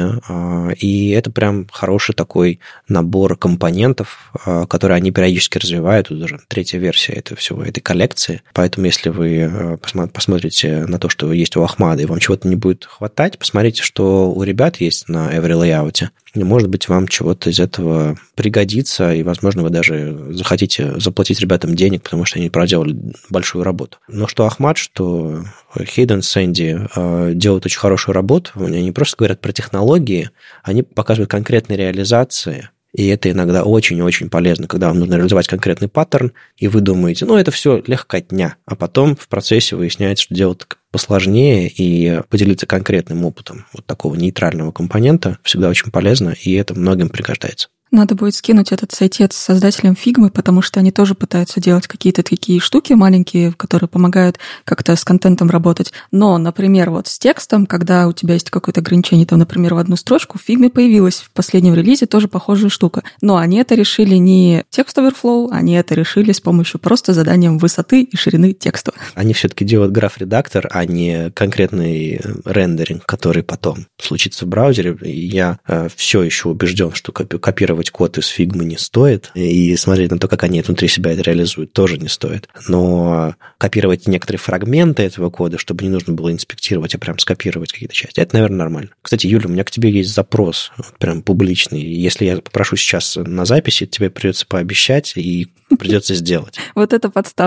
S4: и это прям хороший такой набор компонентов, которые они периодически развивают. Тут уже 3-я версия этой коллекции. Поэтому, если вы посмотрите на то, что есть у Ахмада, и вам чего-то не будет хватать, посмотрите, что у ребят есть на Every Layout. И, может быть, вам чего-то из этого пригодится, и, возможно, вы даже захотите заплатить ребятам денег, потому что они проделали большую работу. Но что Ахмад, что Хейден с Энди делают очень хорошую работу. Они не просто говорят про технологии, они показывают конкретные реализации. И это иногда очень-очень полезно, когда вам нужно реализовать конкретный паттерн, и вы думаете, это все легкотня. А потом в процессе выясняется, что делать посложнее, и поделиться конкретным опытом вот такого нейтрального компонента всегда очень полезно, и это многим пригождается.
S2: Надо будет скинуть этот сайтец с создателем Figma, потому что они тоже пытаются делать какие-то такие штуки маленькие, которые помогают как-то с контентом работать. Но, например, вот с текстом, когда у тебя есть какое-то ограничение, там, например, в одну строчку, в Figma появилась в последнем релизе тоже похожая штука. Но они это решили не текст Overflow, они это решили с помощью просто заданием высоты и ширины текста.
S4: Они все-таки делают граф-редактор, а не конкретный рендеринг, который потом случится в браузере. И я все еще убежден, что копировать код из Figma не стоит, и смотреть на то, как они внутри себя это реализуют, тоже не стоит. Но копировать некоторые фрагменты этого кода, чтобы не нужно было инспектировать, а прям скопировать какие-то части, это, наверное, нормально. Кстати, Юля, у меня к тебе есть запрос, прям публичный. Если я попрошу сейчас на записи, тебе придется пообещать и придется сделать.
S2: Вот это подстава.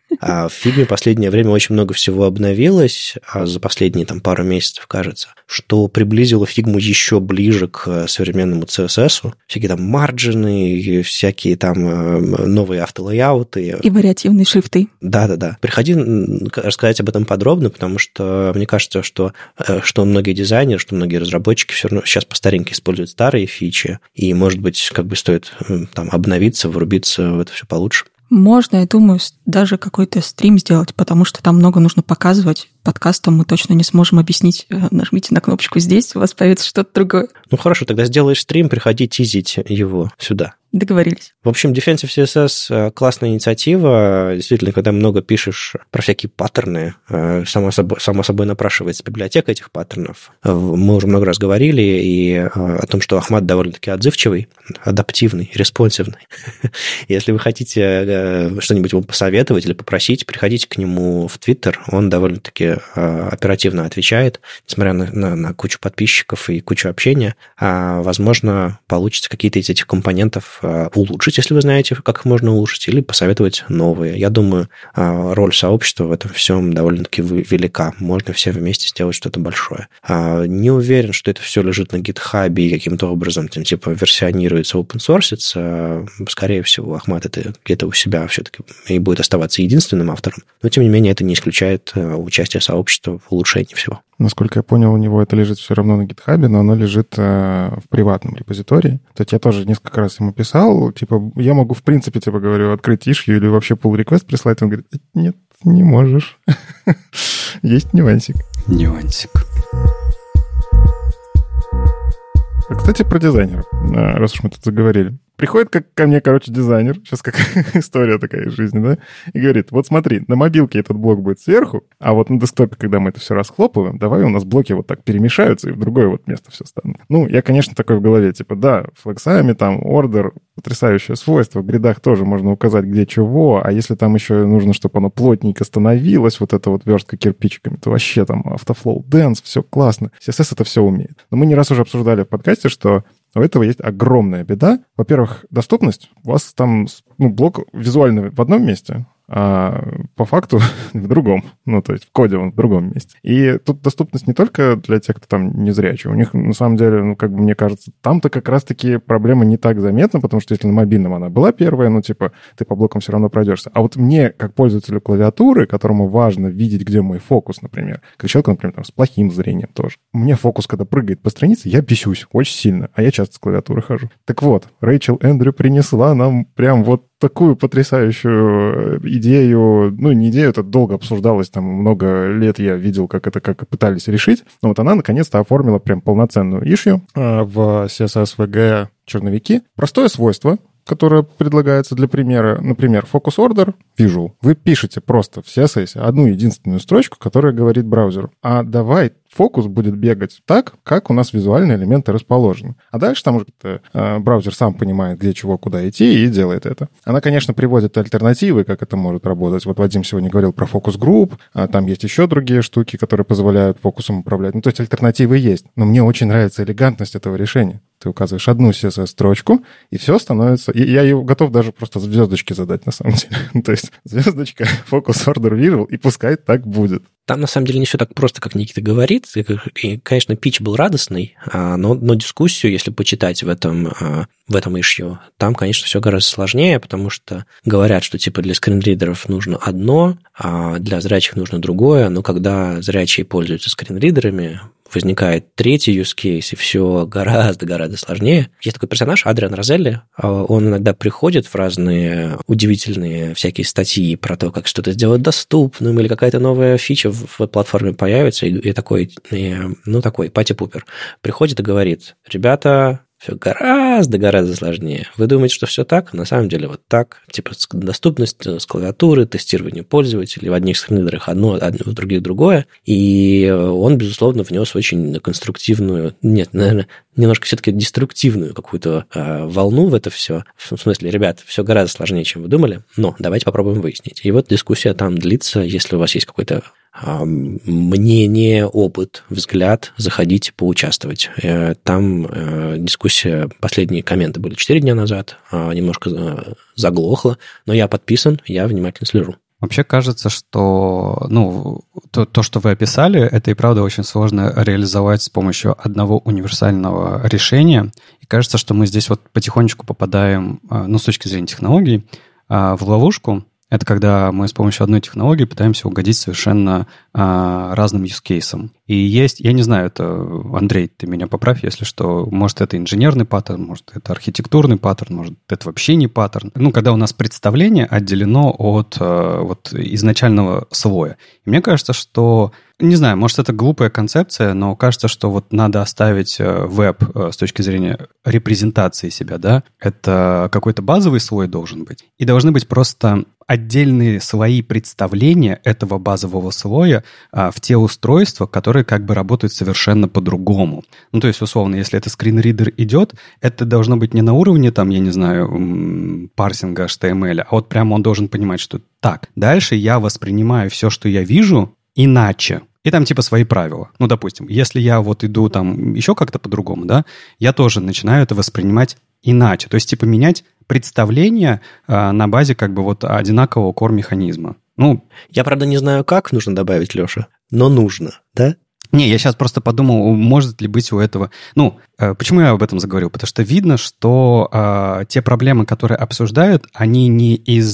S4: А в Figma в последнее время очень много всего обновилось, за последние пару месяцев, кажется, что приблизило Figma еще ближе к современному CSS. Всякие марджины, всякие новые автолейауты.
S2: И вариативные шрифты.
S4: Да. Приходи рассказать об этом подробно, потому что мне кажется, что многие дизайнеры, что многие разработчики все равно сейчас по старинке используют старые фичи, и, может быть, стоит обновиться, врубиться в это все получше.
S2: Можно, я думаю, даже какой-то стрим сделать, потому что там много нужно показывать. Подкастом мы точно не сможем объяснить. Нажмите на кнопочку здесь, у вас появится что-то другое.
S4: Хорошо, тогда сделаешь стрим, приходи тизить его сюда.
S2: Договорились.
S4: В общем, Defensive CSS – классная инициатива. Действительно, когда много пишешь про всякие паттерны, само собой напрашивается библиотека этих паттернов. Мы уже много раз говорили и о том, что Ахмад довольно-таки отзывчивый, адаптивный, респонсивный. Если вы хотите что-нибудь ему посоветовать или попросить, приходите к нему в Твиттер. Он довольно-таки оперативно отвечает, несмотря на кучу подписчиков и кучу общения. Возможно, получится какие-то из этих компонентов улучшить, если вы знаете, как их можно улучшить, или посоветовать новые. Я думаю, роль сообщества в этом всем довольно-таки велика. Можно все вместе сделать что-то большое. Не уверен, что это все лежит на GitHub и каким-то образом версионируется, open-sourceится. Скорее всего, Ахмад это где-то у себя все-таки и будет оставаться единственным автором. Но, тем не менее, это не исключает участие сообщества в улучшении всего.
S1: Насколько я понял, у него это лежит все равно на GitHub, но оно лежит в приватном репозитории. То есть я тоже несколько раз ему писал, я могу, в принципе, говорю, открыть issue или вообще pull request прислать. Он говорит, нет, не можешь. Есть нюансик.
S3: Нюансик.
S1: Кстати, про дизайнеров, раз уж мы тут заговорили. Приходит ко мне, дизайнер, сейчас как история такая из жизни, да, и говорит, вот смотри, на мобилке этот блок будет сверху, а вот на десктопе, когда мы это все расхлопываем, давай у нас блоки вот так перемешаются, и в другое место все станут. Я, конечно, такой в голове, да, флексами, ордер, потрясающее свойство, в гридах тоже можно указать, где чего, а если там еще нужно, чтобы оно плотненько становилось, вот эта вот верстка кирпичиками, то вообще автофлоу, дэнс, все классно, CSS это все умеет. Но мы не раз уже обсуждали в подкасте, что у этого есть огромная беда. Во-первых, доступность. У вас там блок визуальный в одном месте, а по факту в другом. То есть в коде он в другом месте. И тут доступность не только для тех, кто незрячий. У них, на самом деле, мне кажется, там-то как раз-таки проблема не так заметна, потому что если на мобильном она была первая, ты по блокам все равно пройдешься. А вот мне, как пользователю клавиатуры, которому важно видеть, где мой фокус, например, как человеку, например, с плохим зрением тоже. У меня фокус, когда прыгает по странице, я бесюсь очень сильно, а я часто с клавиатуры хожу. Так вот, Рэйчел Эндрю принесла нам прям такую потрясающую идею, не идею, это долго обсуждалось, много лет я видел, как пытались решить, но она наконец-то оформила прям полноценную issue в CSS VG черновики. Простое свойство, которое предлагается для примера, например, focus order visual. Вы пишете просто в CSS одну единственную строчку, которая говорит браузеру, а давай фокус будет бегать так, как у нас визуальные элементы расположены. А дальше там уже браузер сам понимает, где чего, куда идти, и делает это. Она, конечно, приводит альтернативы, как это может работать. Вот Вадим сегодня говорил про фокус-групп, там есть еще другие штуки, которые позволяют фокусом управлять. То есть альтернативы есть. Но мне очень нравится элегантность этого решения. Ты указываешь одну CSS-строчку, и все становится... И я ее готов даже просто звездочки задать, на самом деле. То есть звездочка, focus order visual, и пускай так будет.
S4: Там, на самом деле, не все так просто, как Никита говорит. И, конечно, питч был радостный, но дискуссию, если почитать в этом issue, там, конечно, все гораздо сложнее, потому что говорят, что для скринридеров нужно одно, а для зрячих нужно другое, но когда зрячие пользуются скринридерами, возникает третий use case, и все гораздо-гораздо сложнее. Есть такой персонаж, Адриан Розелли, он иногда приходит в разные удивительные всякие статьи про то, как что-то сделать доступным, или какая-то новая фича в платформе появится, и такой пати-пупер приходит и говорит, ребята, все гораздо сложнее. Вы думаете, что все так? На самом деле вот так. Доступность с клавиатуры, тестирование пользователей. В одних скринридерах одно, в других другое. И он, безусловно, внес очень конструктивную, наверное, немножко все-таки деструктивную какую-то волну в это все. В смысле, ребят, все гораздо сложнее, чем вы думали, но давайте попробуем выяснить. И вот дискуссия там длится. Если у вас есть какой-то мнение, опыт, взгляд, заходите, поучаствовать. Там дискуссия, последние комменты были 4 дня назад, немножко заглохло, но я подписан, я внимательно слежу.
S3: Вообще кажется, что то, что вы описали, это и правда очень сложно реализовать с помощью одного универсального решения. И кажется, что мы здесь вот потихонечку попадаем, с точки зрения технологий, в ловушку. Это когда мы с помощью одной технологии пытаемся угодить совершенно разным use cases. И есть, я не знаю, это, Андрей, ты меня поправь, если что, может, это инженерный паттерн, может, это архитектурный паттерн, может, это вообще не паттерн. Когда у нас представление отделено от изначального слоя. И мне кажется, что, не знаю, может, это глупая концепция, но кажется, что вот надо оставить веб с точки зрения репрезентации себя, да, это какой-то базовый слой должен быть. И должны быть просто отдельные слои представления этого базового слоя в те устройства, которые как бы работают совершенно по-другому. То есть, условно, если это скринридер идет, это должно быть не на уровне, я не знаю, парсинга HTML, а вот прямо он должен понимать, что так, дальше я воспринимаю все, что я вижу, иначе. И там свои правила. Допустим, если я иду еще как-то по-другому, да, я тоже начинаю это воспринимать иначе. То есть, менять представление на базе одинакового core-механизма.
S4: Я, правда, не знаю, как нужно добавить, Леша, но нужно, да?
S3: Не, я сейчас просто подумал, может ли быть у этого... почему я об этом заговорил? Потому что видно, что те проблемы, которые обсуждают, они не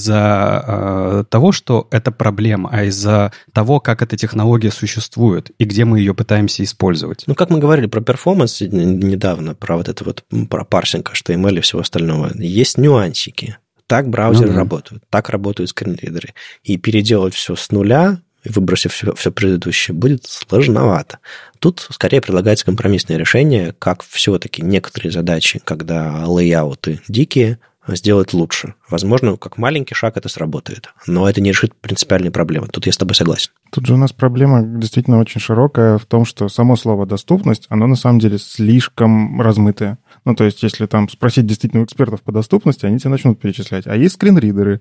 S3: из-за того, что это проблема, а из-за того, как эта технология существует и где мы ее пытаемся использовать.
S4: Как мы говорили про перформанс недавно, про про парсинг HTML и всего остального, есть нюансики. Так браузеры работают, так работают скринридеры. И переделать все с нуля, выбросив все предыдущее, будет сложновато. Тут скорее предлагается компромиссное решение, как все-таки некоторые задачи, когда лейауты дикие, сделать лучше. Возможно, как маленький шаг это сработает, но это не решит принципиальные проблемы. Тут я с тобой согласен.
S1: Тут же у нас проблема действительно очень широкая в том, что само слово «доступность», оно на самом деле слишком размытое. То есть, если спросить действительно у экспертов по доступности, они тебе начнут перечислять. А есть скринридеры,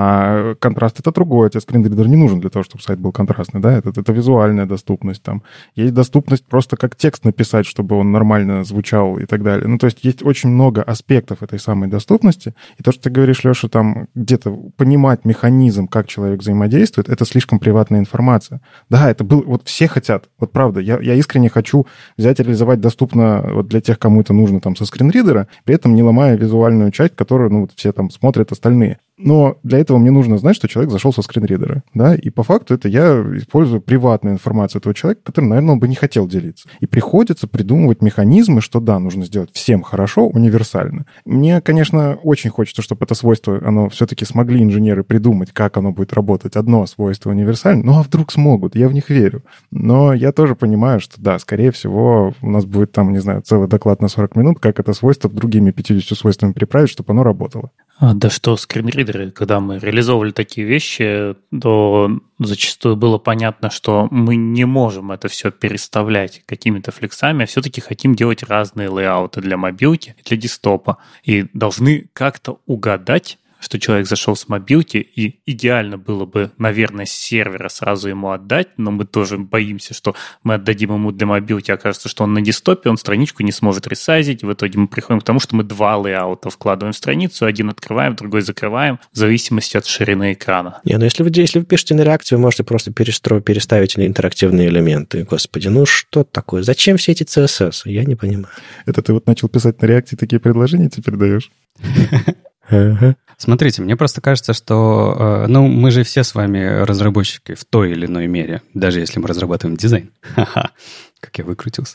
S1: а контраст — это другое. Тебе скринридер не нужен для того, чтобы сайт был контрастный, да? Это визуальная доступность. Есть доступность просто как текст написать, чтобы он нормально звучал и так далее. То есть, есть очень много аспектов этой самой доступности. И то, что ты говоришь, Леша, где-то понимать механизм, как человек взаимодействует, это слишком приватная информация. Да, это было... все хотят. Правда, я искренне хочу взять и реализовать доступно для тех, кому это нужно со скринридера, при этом не ломая визуальную часть, которую все смотрят остальные. Но для этого мне нужно знать, что человек зашел со скринридера, да, и по факту это я использую приватную информацию этого человека, который, наверное, он бы не хотел делиться. И приходится придумывать механизмы, что да, нужно сделать всем хорошо, универсально. Мне, конечно, очень хочется, чтобы это свойство, оно все-таки смогли инженеры придумать, как оно будет работать, одно свойство универсально, а вдруг смогут, я в них верю. Но я тоже понимаю, что да, скорее всего, у нас будет целый доклад на 40 минут, как это свойство другими 50 свойствами приправить, чтобы оно работало.
S5: Да что, скринридеры, когда мы реализовывали такие вещи, то зачастую было понятно, что мы не можем это все переставлять какими-то флексами, а все-таки хотим делать разные лейауты для мобилки, для десктопа. И должны как-то угадать, что человек зашел с мобилки, и идеально было бы, наверное, с сервера сразу ему отдать, но мы тоже боимся, что мы отдадим ему для мобилки, окажется, что он на десктопе, он страничку не сможет ресайзить, в итоге мы приходим к тому, что мы два лейаута вкладываем в страницу, один открываем, другой закрываем, в зависимости от ширины экрана.
S4: Если вы пишете на React, вы можете просто переставить интерактивные элементы. Господи, что такое? Зачем все эти CSS? Я не понимаю.
S1: Это ты начал писать на React и такие предложения теперь даешь?
S3: Смотрите, мне просто кажется, что мы же все с вами разработчики в той или иной мере, даже если мы разрабатываем дизайн. Ха-ха, как я выкрутился.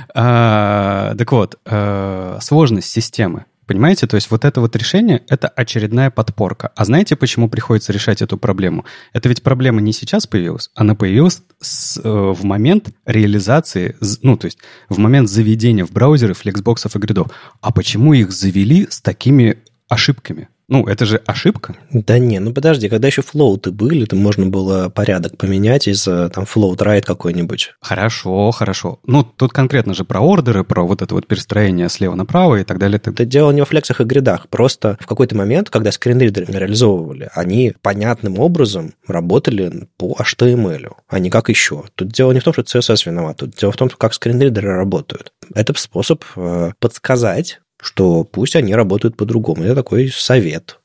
S3: Так вот, сложность системы. Понимаете? То есть это решение – это очередная подпорка. А знаете, почему приходится решать эту проблему? Это ведь проблема не сейчас появилась, она появилась в момент реализации, то есть в момент заведения в браузеры флексбоксов и гридов. А почему их завели с такими ошибками? Это же ошибка.
S4: Да не, подожди, когда еще флоуты были, то можно было порядок поменять из float right какой-нибудь.
S3: Хорошо. Тут конкретно же про ордеры, про это перестроение слева направо и так далее.
S4: Это дело не во флексах и гридах. Просто в какой-то момент, когда скринридеры реализовывали, они понятным образом работали по HTML, а не как еще. Тут дело не в том, что CSS виноват, тут дело в том, как скринридеры работают. Это способ подсказать, что пусть они работают по-другому. Это такой совет.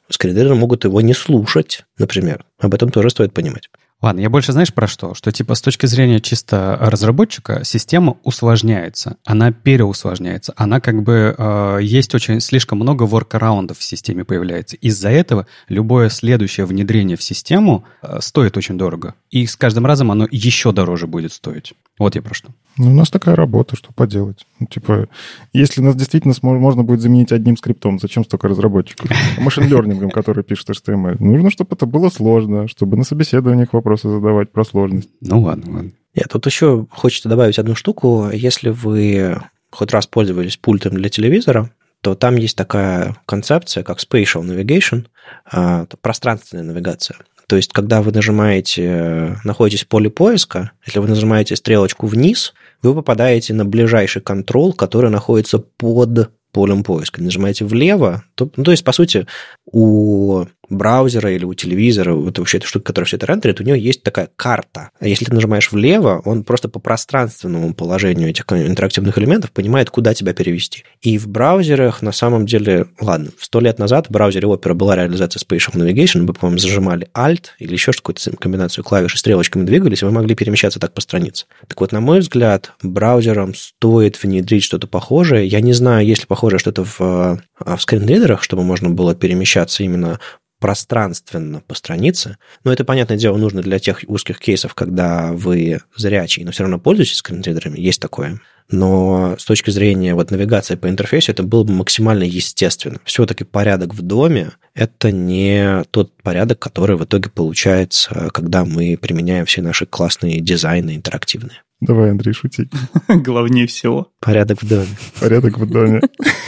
S4: скринридеры могут его не слушать, например. Об этом тоже стоит понимать.
S3: Ладно, я больше знаешь про что? Что типа с точки зрения чисто разработчика система усложняется, она переусложняется, она как бы есть очень слишком много воркараундов в системе появляется. Из-за этого любое следующее внедрение в систему стоит очень дорого. И с каждым разом оно еще дороже будет стоить. Вот я про что.
S1: Ну, у нас такая работа, что поделать. Ну, типа, если нас действительно можно будет заменить одним скриптом, зачем столько разработчиков? Машин-лернингом, который пишет HTML. Нужно, чтобы это было сложно, чтобы на собеседованиях вопросы задавать про сложность.
S3: Ну, ладно.
S4: Нет, тут еще хочется добавить одну штуку. Если вы хоть раз пользовались пультом для телевизора, то там есть такая концепция, как Spatial Navigation, пространственная навигация. То есть, когда вы находитесь в поле поиска, если вы нажимаете стрелочку вниз, вы попадаете на ближайший контрол, который находится под полем поиска. Нажимаете влево, то есть, по сути, у браузера или у телевизора, вот вообще эта штука, которая все это рендерит, у нее есть такая карта. А если ты нажимаешь влево, он просто по пространственному положению этих интерактивных элементов понимает, куда тебя перевести. И в браузерах, на самом деле, 100 лет назад в браузере Opera была реализация Spatial Navigation, вы, по-моему, зажимали Alt или еще какую-то комбинацию клавиш и стрелочками двигались, и вы могли перемещаться так по странице. Так вот, на мой взгляд, браузерам стоит внедрить что-то похожее. Я не знаю, есть ли похожее что-то в скринридерах, чтобы можно было перемещаться именно пространственно по странице. Но это, понятное дело, нужно для тех узких кейсов, когда вы зрячий, но все равно пользуетесь скринридерами, есть такое. Но с точки зрения навигации по интерфейсу это было бы максимально естественно. Все-таки порядок в доме – это не тот порядок, который в итоге получается, когда мы применяем все наши классные дизайны интерактивные.
S1: Давай, Андрей, шути.
S5: Главнее всего.
S4: Порядок в доме.
S1: Порядок в доме.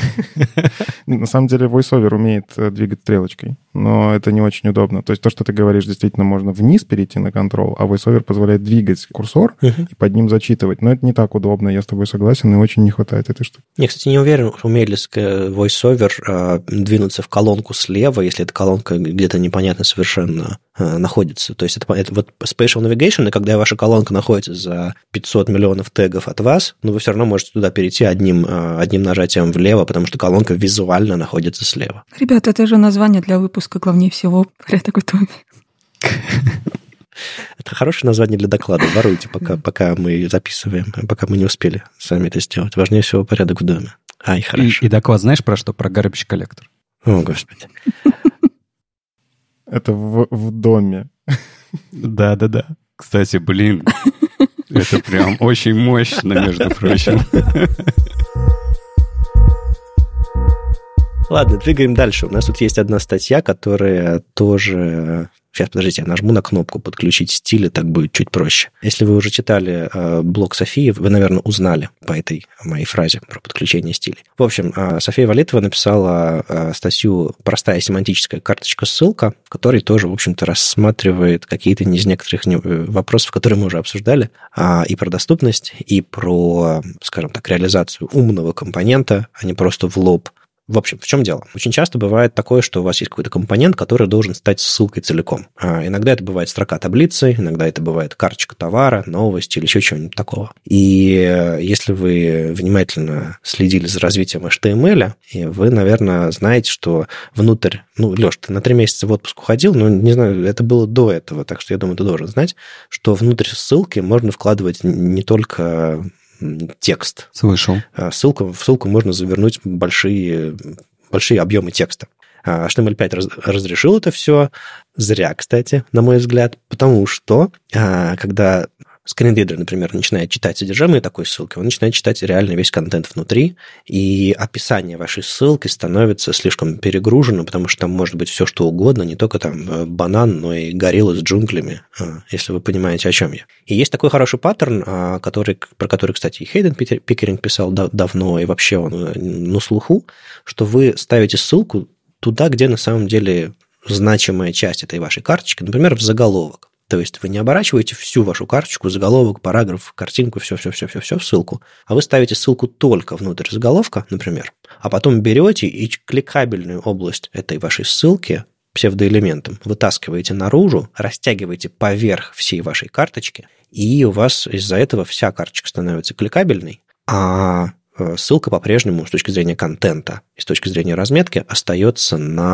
S1: На самом деле, VoiceOver умеет двигать стрелочкой, но это не очень удобно. То есть то, что ты говоришь, действительно можно вниз перейти на контрол, а VoiceOver позволяет двигать курсор и под ним зачитывать. Но это не так удобно, я с тобой согласен, и очень не хватает этой штуки.
S4: Я, кстати, не уверен, умеет ли VoiceOver двинуться в колонку слева, если эта колонка где-то непонятно совершенно находится. То есть это вот Spatial Navigation, и когда ваша колонка находится за 500 миллионов тегов от вас, но вы все равно можете туда перейти одним нажатием влево, потому что колонка визуально находится слева.
S2: Ребята, это же название для выпуска главнее всего «Порядок в доме».
S4: Это хорошее название для доклада. Воруйте, пока мы записываем, пока мы не успели сами это сделать. Важнее всего порядок в доме. Ай, хорошо.
S3: И доклад знаешь про что? Про garbage collector.
S4: О, Господи.
S1: Это в доме.
S3: Да. Кстати, это прям очень мощно, между прочим.
S4: Ладно, двигаем дальше. У нас тут есть одна статья, которая тоже... Сейчас, подождите, я нажму на кнопку «Подключить стили», так будет чуть проще. Если вы уже читали блог Софии, вы, наверное, узнали по этой моей фразе про подключение стилей. В общем, София Валитова написала статью «Простая семантическая карточка-ссылка», в которой тоже, в общем-то, рассматривает какие-то из некоторых вопросов, которые мы уже обсуждали, и про доступность, и про, скажем так, реализацию умного компонента, а не просто в лоб. В общем, в чем дело? Очень часто бывает такое, что у вас есть какой-то компонент, который должен стать ссылкой целиком. Иногда это бывает строка таблицы, иногда это бывает карточка товара, новость или еще чего-нибудь такого. И если вы внимательно следили за развитием HTML, вы, наверное, знаете, что внутрь... Леш, ты на 3 месяца в отпуск уходил, но, не знаю, это было до этого, так что я думаю, ты должен знать, что внутрь ссылки можно вкладывать не только... текст.
S3: Слышал.
S4: В ссылку можно завернуть большие объемы текста. HTML5 разрешил это все. Зря, кстати, на мой взгляд, потому что когда скринридер, например, начинает читать содержимое такой ссылки, он начинает читать реально весь контент внутри, и описание вашей ссылки становится слишком перегружено, потому что там может быть все, что угодно, не только там банан, но и горилла с джунглями, если вы понимаете, о чем я. И есть такой хороший паттерн, про который, кстати, и Хейден Пикеринг писал давно, и вообще он на слуху, что вы ставите ссылку туда, где на самом деле значимая часть этой вашей карточки, например, в заголовок. То есть вы не оборачиваете всю вашу карточку, заголовок, параграф, картинку, все в ссылку, а вы ставите ссылку только внутрь заголовка, например, а потом берете и кликабельную область этой вашей ссылки псевдоэлементом вытаскиваете наружу, растягиваете поверх всей вашей карточки, и у вас из-за этого вся карточка становится кликабельной, а ссылка по-прежнему с точки зрения контента и с точки зрения разметки остается на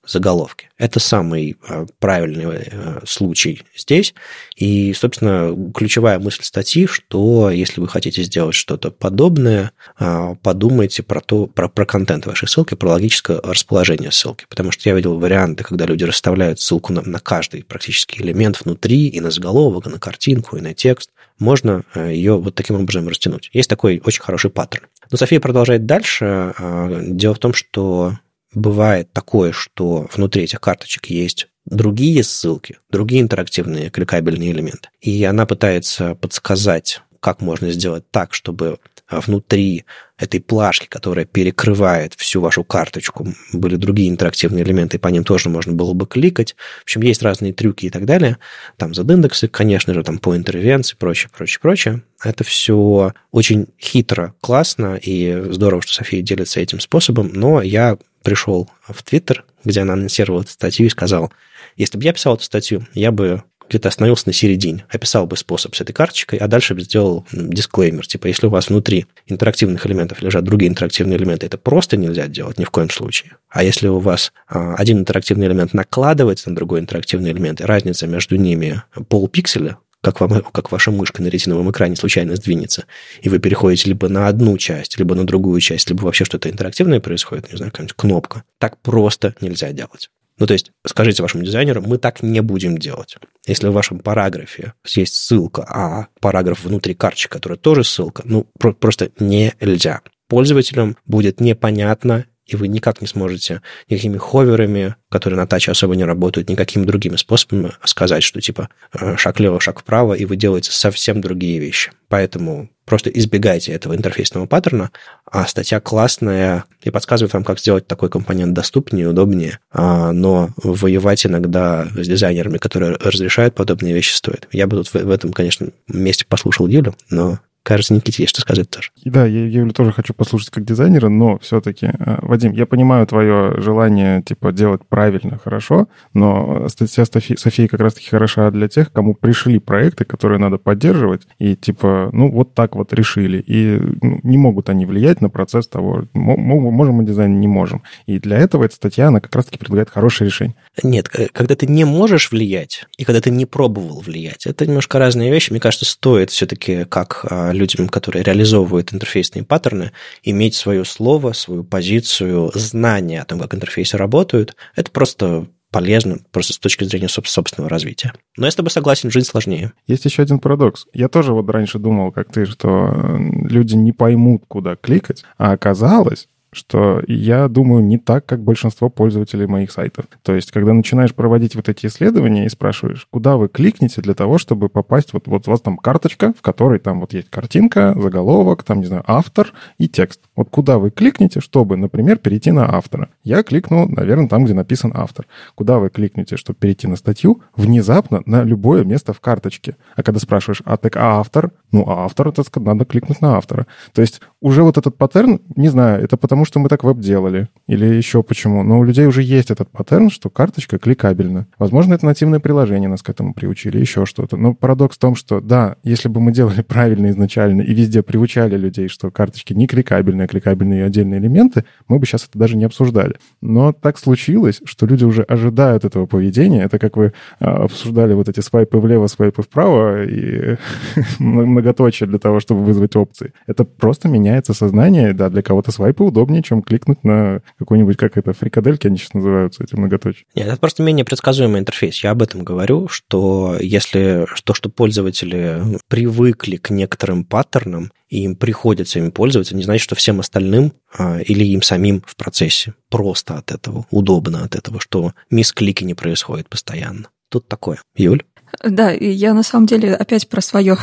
S4: заголовки. Это самый правильный случай здесь. И, собственно, ключевая мысль статьи, что если вы хотите сделать что-то подобное, подумайте про контент вашей ссылки, про логическое расположение ссылки. Потому что я видел варианты, когда люди расставляют ссылку на каждый практически элемент внутри, и на заголовок, и на картинку, и на текст. Можно ее вот таким образом растянуть. Есть такой очень хороший паттерн. Но София продолжает дальше. Дело в том, что бывает такое, что внутри этих карточек есть другие ссылки, другие интерактивные кликабельные элементы. И она пытается подсказать, как можно сделать так, чтобы внутри этой плашки, которая перекрывает всю вашу карточку, были другие интерактивные элементы, и по ним тоже можно было бы кликать. В общем, есть разные трюки и так далее. Там Z-индексы, конечно же, там point intervention и прочее, прочее, прочее. Это все очень хитро, классно, и здорово, что София делится этим способом, но я пришел в Твиттер, где она анонсировала эту статью, и сказал, если бы я писал эту статью, я бы где-то остановился на середине, описал бы способ с этой карточкой, а дальше бы сделал дисклеймер. Типа, если у вас внутри интерактивных элементов лежат другие интерактивные элементы, это просто нельзя делать ни в коем случае. А если у вас один интерактивный элемент накладывается на другой интерактивный элемент, и разница между ними полпикселя, как ваша мышка на ретиновом экране случайно сдвинется, и вы переходите либо на одну часть, либо на другую часть, либо вообще что-то интерактивное происходит, не знаю, какая-нибудь кнопка, так просто нельзя делать. Ну, то есть, скажите вашему дизайнеру, мы так не будем делать. Если в вашем параграфе есть ссылка, а параграф внутри карточки, который тоже ссылка, ну, просто нельзя. Пользователям будет непонятно, и вы никак не сможете никакими ховерами, которые на таче особо не работают, никакими другими способами сказать, что типа шаг влево, шаг вправо, и вы делаете совсем другие вещи. Поэтому просто избегайте этого интерфейсного паттерна, а статья классная и подсказывает вам, как сделать такой компонент доступнее, удобнее, но воевать иногда с дизайнерами, которые разрешают подобные вещи, стоит. Я бы тут в этом, конечно, месте послушал Юлю, но... Кажется, Никите есть что сказать тоже.
S1: Да, я Юлю тоже хочу послушать как дизайнера, но все-таки, Вадим, я понимаю твое желание, типа, делать правильно, хорошо, но статья Софии как раз-таки хороша для тех, кому пришли проекты, которые надо поддерживать, и, типа, ну, вот так вот решили. И не могут они влиять на процесс того, можем мы дизайн, не можем. И для этого эта статья, она как раз-таки предлагает хорошее решение.
S4: Нет, когда ты не можешь влиять, и когда ты не пробовал влиять, это немножко разные вещи. Мне кажется, стоит все-таки, как людям, которые реализовывают интерфейсные паттерны, иметь свое слово, свою позицию, знание о том, как интерфейсы работают. Это просто полезно, просто с точки зрения собственного развития. Но я с тобой согласен, жизнь сложнее.
S1: Есть еще один парадокс. Я тоже вот раньше думал, как ты, что люди не поймут, куда кликать, а оказалось, что я думаю не так, как большинство пользователей моих сайтов. То есть, когда начинаешь проводить вот эти исследования и спрашиваешь, куда вы кликнете для того, чтобы попасть, вот у вас там карточка, в которой там вот есть картинка, заголовок, там, не знаю, автор и текст. Вот куда вы кликнете, чтобы, например, перейти на автора? Я кликну, наверное, там, где написан автор. Куда вы кликнете, чтобы перейти на статью? Внезапно на любое место в карточке. А когда спрашиваешь, а автор? Ну, а автор, так сказать, надо кликнуть на автора. То есть уже вот этот паттерн, не знаю, это потому, что мы так веб делали, или еще почему, но у людей уже есть этот паттерн, что карточка кликабельна. Возможно, это нативное приложение нас к этому приучили, еще что-то. Но парадокс в том, что, да, если бы мы делали правильно изначально и везде приучали людей, что карточки не кликабельные, а кликабельные отдельные элементы, мы бы сейчас это даже не обсуждали. Но так случилось, что люди уже ожидают этого поведения. Это как вы обсуждали вот эти свайпы влево, свайпы вправо и многоточие для того, чтобы вызвать опции. Это просто меняется сознание. Да, для кого-то свайпы удобнее, чем кликнуть на какой-нибудь, как это, фрикадельки они сейчас называются, эти многоточия.
S4: Нет, это просто менее предсказуемый интерфейс. Я об этом говорю, что если что пользователи привыкли к некоторым паттернам, и им приходится ими пользоваться, не значит, что всем остальным или им самим в процессе просто от этого, удобно от этого, что мисклики не происходят постоянно. Тут такое. Юль?
S2: Да, и я на самом деле опять про свое.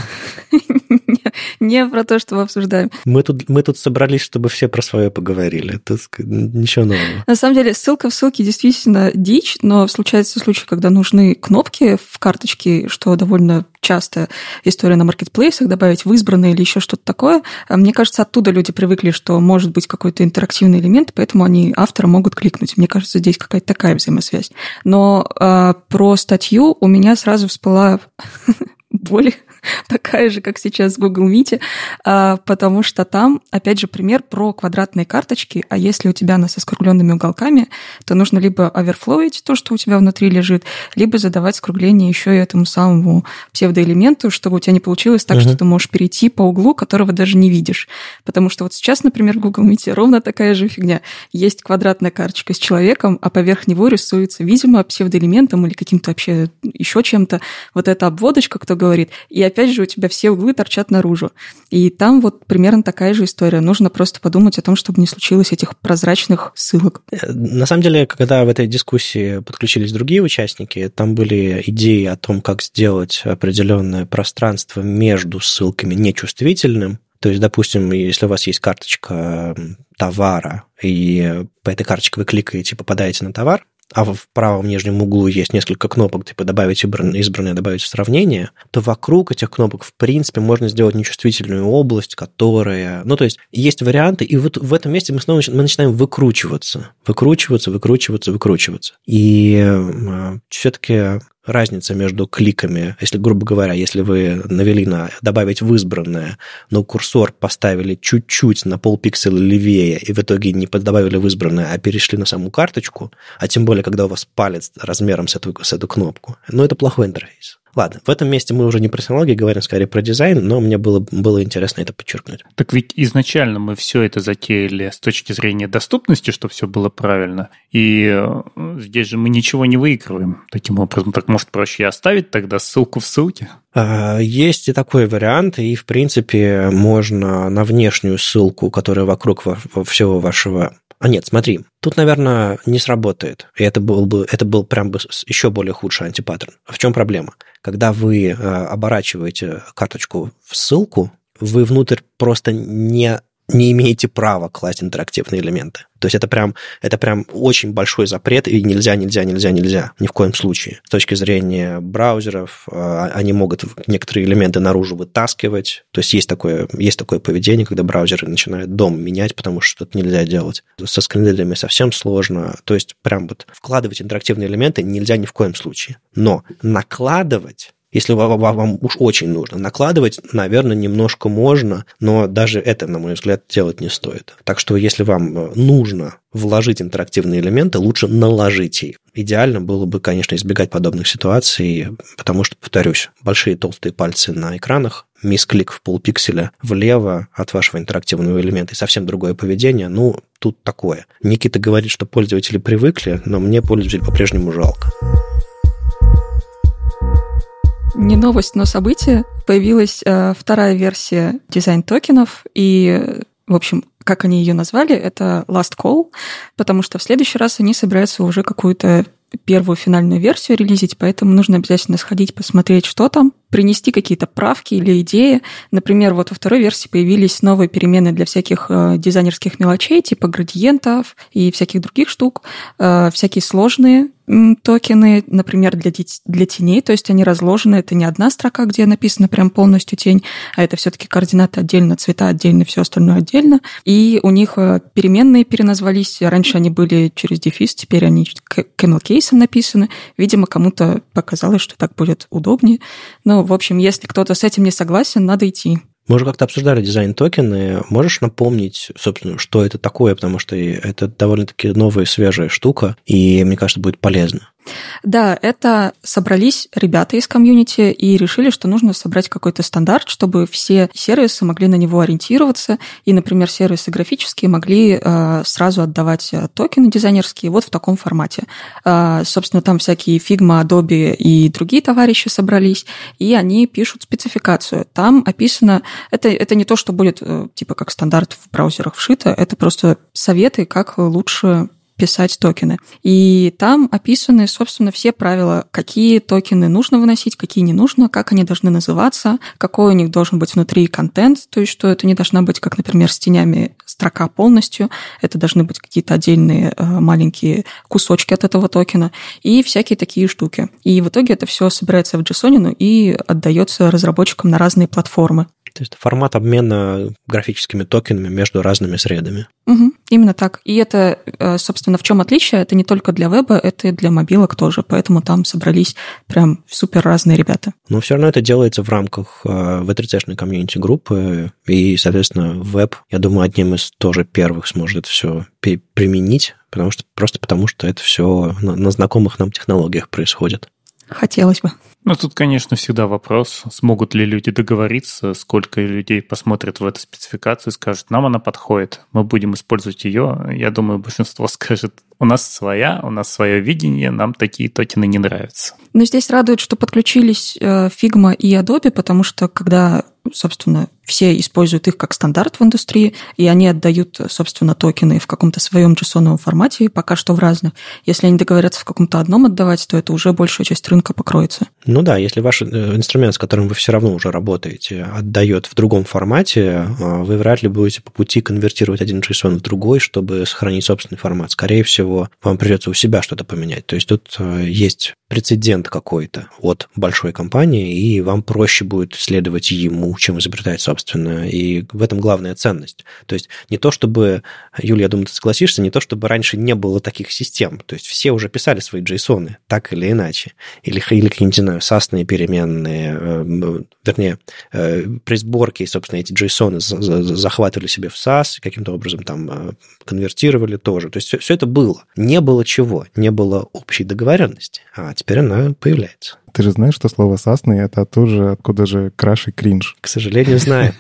S2: Не про то, что мы обсуждаем.
S4: Мы тут собрались, чтобы все про свое поговорили. Тут ничего нового.
S2: На самом деле, ссылка в ссылке действительно дичь, но случается случай, когда нужны кнопки в карточке, что довольно часто история на маркетплейсах, добавить в избранное или еще что-то такое. Мне кажется, оттуда люди привыкли, что может быть какой-то интерактивный элемент, поэтому они автора могут кликнуть. Мне кажется, здесь какая-то такая взаимосвязь. Но про статью у меня сразу всплыла боли, такая же, как сейчас в Google Meet, потому что там, опять же, пример про квадратные карточки, а если у тебя она со скругленными уголками, то нужно либо оверфлоить то, что у тебя внутри лежит, либо задавать скругление еще и этому самому псевдоэлементу, чтобы у тебя не получилось так, что ты можешь перейти по углу, которого даже не видишь. Потому что вот сейчас, например, в Google Meet ровно такая же фигня. Есть квадратная карточка с человеком, а поверх него рисуется, видимо, псевдоэлементом или каким-то вообще еще чем-то. Вот эта обводочка, кто говорит, и опять же у тебя все углы торчат наружу. И там вот примерно такая же история. Нужно просто подумать о том, чтобы не случилось этих прозрачных ссылок.
S4: На самом деле, когда в этой дискуссии подключились другие участники, там были идеи о том, как сделать определенное пространство между ссылками нечувствительным. То есть, допустим, если у вас есть карточка товара, и по этой карточке вы кликаете, попадаете на товар, а в правом нижнем углу есть несколько кнопок, типа добавить избранное, добавить в сравнение, то вокруг этих кнопок, в принципе, можно сделать нечувствительную область, которая... Ну, то есть, есть варианты, и вот в этом месте мы начинаем выкручиваться. И все-таки разница между кликами, если, грубо говоря, если вы навели на «добавить в избранное», но курсор поставили чуть-чуть на полпикселя левее, и в итоге не добавили в избранное, а перешли на саму карточку, а тем более, когда у вас палец размером с эту кнопку, ну, это плохой интерфейс. Ладно, в этом месте мы уже не про технологии говорим, скорее про дизайн, но мне было интересно это подчеркнуть.
S5: Так ведь изначально мы все это затеяли с точки зрения доступности, чтобы все было правильно, и здесь же мы ничего не выигрываем таким образом. Так может проще оставить тогда ссылку в ссылке?
S4: Есть и такой вариант, и, в принципе, можно на внешнюю ссылку, которая вокруг всего вашего... нет, смотри, тут, наверное, не сработает. И это был прям бы еще более худший антипаттерн. В чем проблема? Когда вы оборачиваете карточку в ссылку, вы внутрь просто не имеете права класть интерактивные элементы. То есть это прям очень большой запрет, и нельзя, ни в коем случае. С точки зрения браузеров, они могут некоторые элементы наружу вытаскивать. То есть есть такое поведение, когда браузеры начинают дом менять, потому что что-то нельзя делать. Со скринридерами совсем сложно. То есть прям вот вкладывать интерактивные элементы нельзя ни в коем случае. Но накладывать... Если вам уж очень нужно накладывать, наверное, немножко можно, но даже это, на мой взгляд, делать не стоит. Так что, если вам нужно вложить интерактивные элементы, лучше наложите их. Идеально было бы, конечно, избегать подобных ситуаций, потому что, повторюсь, большие толстые пальцы на экранах, мисклик в полпикселя влево от вашего интерактивного элемента и совсем другое поведение, ну, тут такое. Никита говорит, что пользователи привыкли, но мне пользователей по-прежнему жалко.
S2: Не новость, но событие. Появилась вторая версия дизайн-токенов, и, в общем, как они ее назвали, это Last Call, потому что в следующий раз они собираются уже какую-то первую финальную версию релизить, поэтому нужно обязательно сходить, посмотреть, что там, принести какие-то правки или идеи. Например, вот во второй версии появились новые перемены для всяких дизайнерских мелочей, типа градиентов и всяких других штук, всякие сложные токены, например, для теней, то есть они разложены, это не одна строка, где написано прям полностью тень, а это все-таки координаты отдельно, цвета отдельно, все остальное отдельно. И у них переменные переназвались, раньше они были через дефис, теперь они camel кейсом написаны. Видимо, кому-то показалось, что так будет удобнее. Но, в общем, если кто-то с этим не согласен, надо идти.
S4: Мы уже как-то обсуждали дизайн-токены. Можешь напомнить, собственно, что это такое? Потому что это довольно-таки новая, свежая штука, и, мне кажется, будет полезно.
S2: Да, это собрались ребята из комьюнити и решили, что нужно собрать какой-то стандарт, чтобы все сервисы могли на него ориентироваться, и, например, сервисы графические могли сразу отдавать токены дизайнерские вот в таком формате. Собственно, там всякие Figma, Adobe и другие товарищи собрались, и они пишут спецификацию. Там описано... Это не то, что будет типа как стандарт в браузерах вшито, это просто советы, как лучше писать токены. И там описаны, собственно, все правила, какие токены нужно выносить, какие не нужно, как они должны называться, какой у них должен быть внутри контент, то есть что это не должна быть, как, например, с тенями строка полностью, это должны быть какие-то отдельные маленькие кусочки от этого токена и всякие такие штуки. И в итоге это все собирается в JSON и отдается разработчикам на разные платформы.
S4: То есть формат обмена графическими токенами между разными средами.
S2: Угу, именно так. И это, собственно, в чем отличие? Это не только для веба, это и для мобилок тоже. Поэтому там собрались прям супер разные ребята.
S4: Но все равно это делается в рамках V3C-шной комьюнити-группы. И, соответственно, веб, я думаю, одним из тоже первых сможет все применить, потому что это все на знакомых нам технологиях происходит.
S2: Хотелось бы.
S5: Ну, тут, конечно, всегда вопрос, смогут ли люди договориться, сколько людей посмотрят в эту спецификацию и скажут, нам она подходит, мы будем использовать ее. Я думаю, большинство скажет, у нас свое видение, нам такие токены не нравятся.
S2: Но здесь радует, что подключились Figma и Adobe, потому что когда, собственно, все используют их как стандарт в индустрии, и они отдают, собственно, токены в каком-то своем JSON-овом формате, пока что в разных. Если они договорятся в каком-то одном отдавать, то это уже большая часть рынка покроется.
S4: Ну да, если ваш инструмент, с которым вы все равно уже работаете, отдает в другом формате, вы вряд ли будете по пути конвертировать один JSON в другой, чтобы сохранить собственный формат. Скорее всего, вам придется у себя что-то поменять. То есть тут есть прецедент какой-то от большой компании, и вам проще будет следовать ему, чем изобретать собственное. И в этом главная ценность. То есть не то, чтобы, Юля, я думаю, ты согласишься, не то, чтобы раньше не было таких систем. То есть все уже писали свои JSON, так или иначе. Или какие-нибудь, не знаю, SAS-ные переменные, вернее, при сборке, собственно, эти JSON захватывали себе в SAS, каким-то образом там конвертировали тоже. То есть все это было. Не было чего? Не было общей договоренности. А теперь она появляется.
S1: Ты же знаешь, что слово «сасный» — это тоже откуда же краш и кринж?
S4: К сожалению, знаю.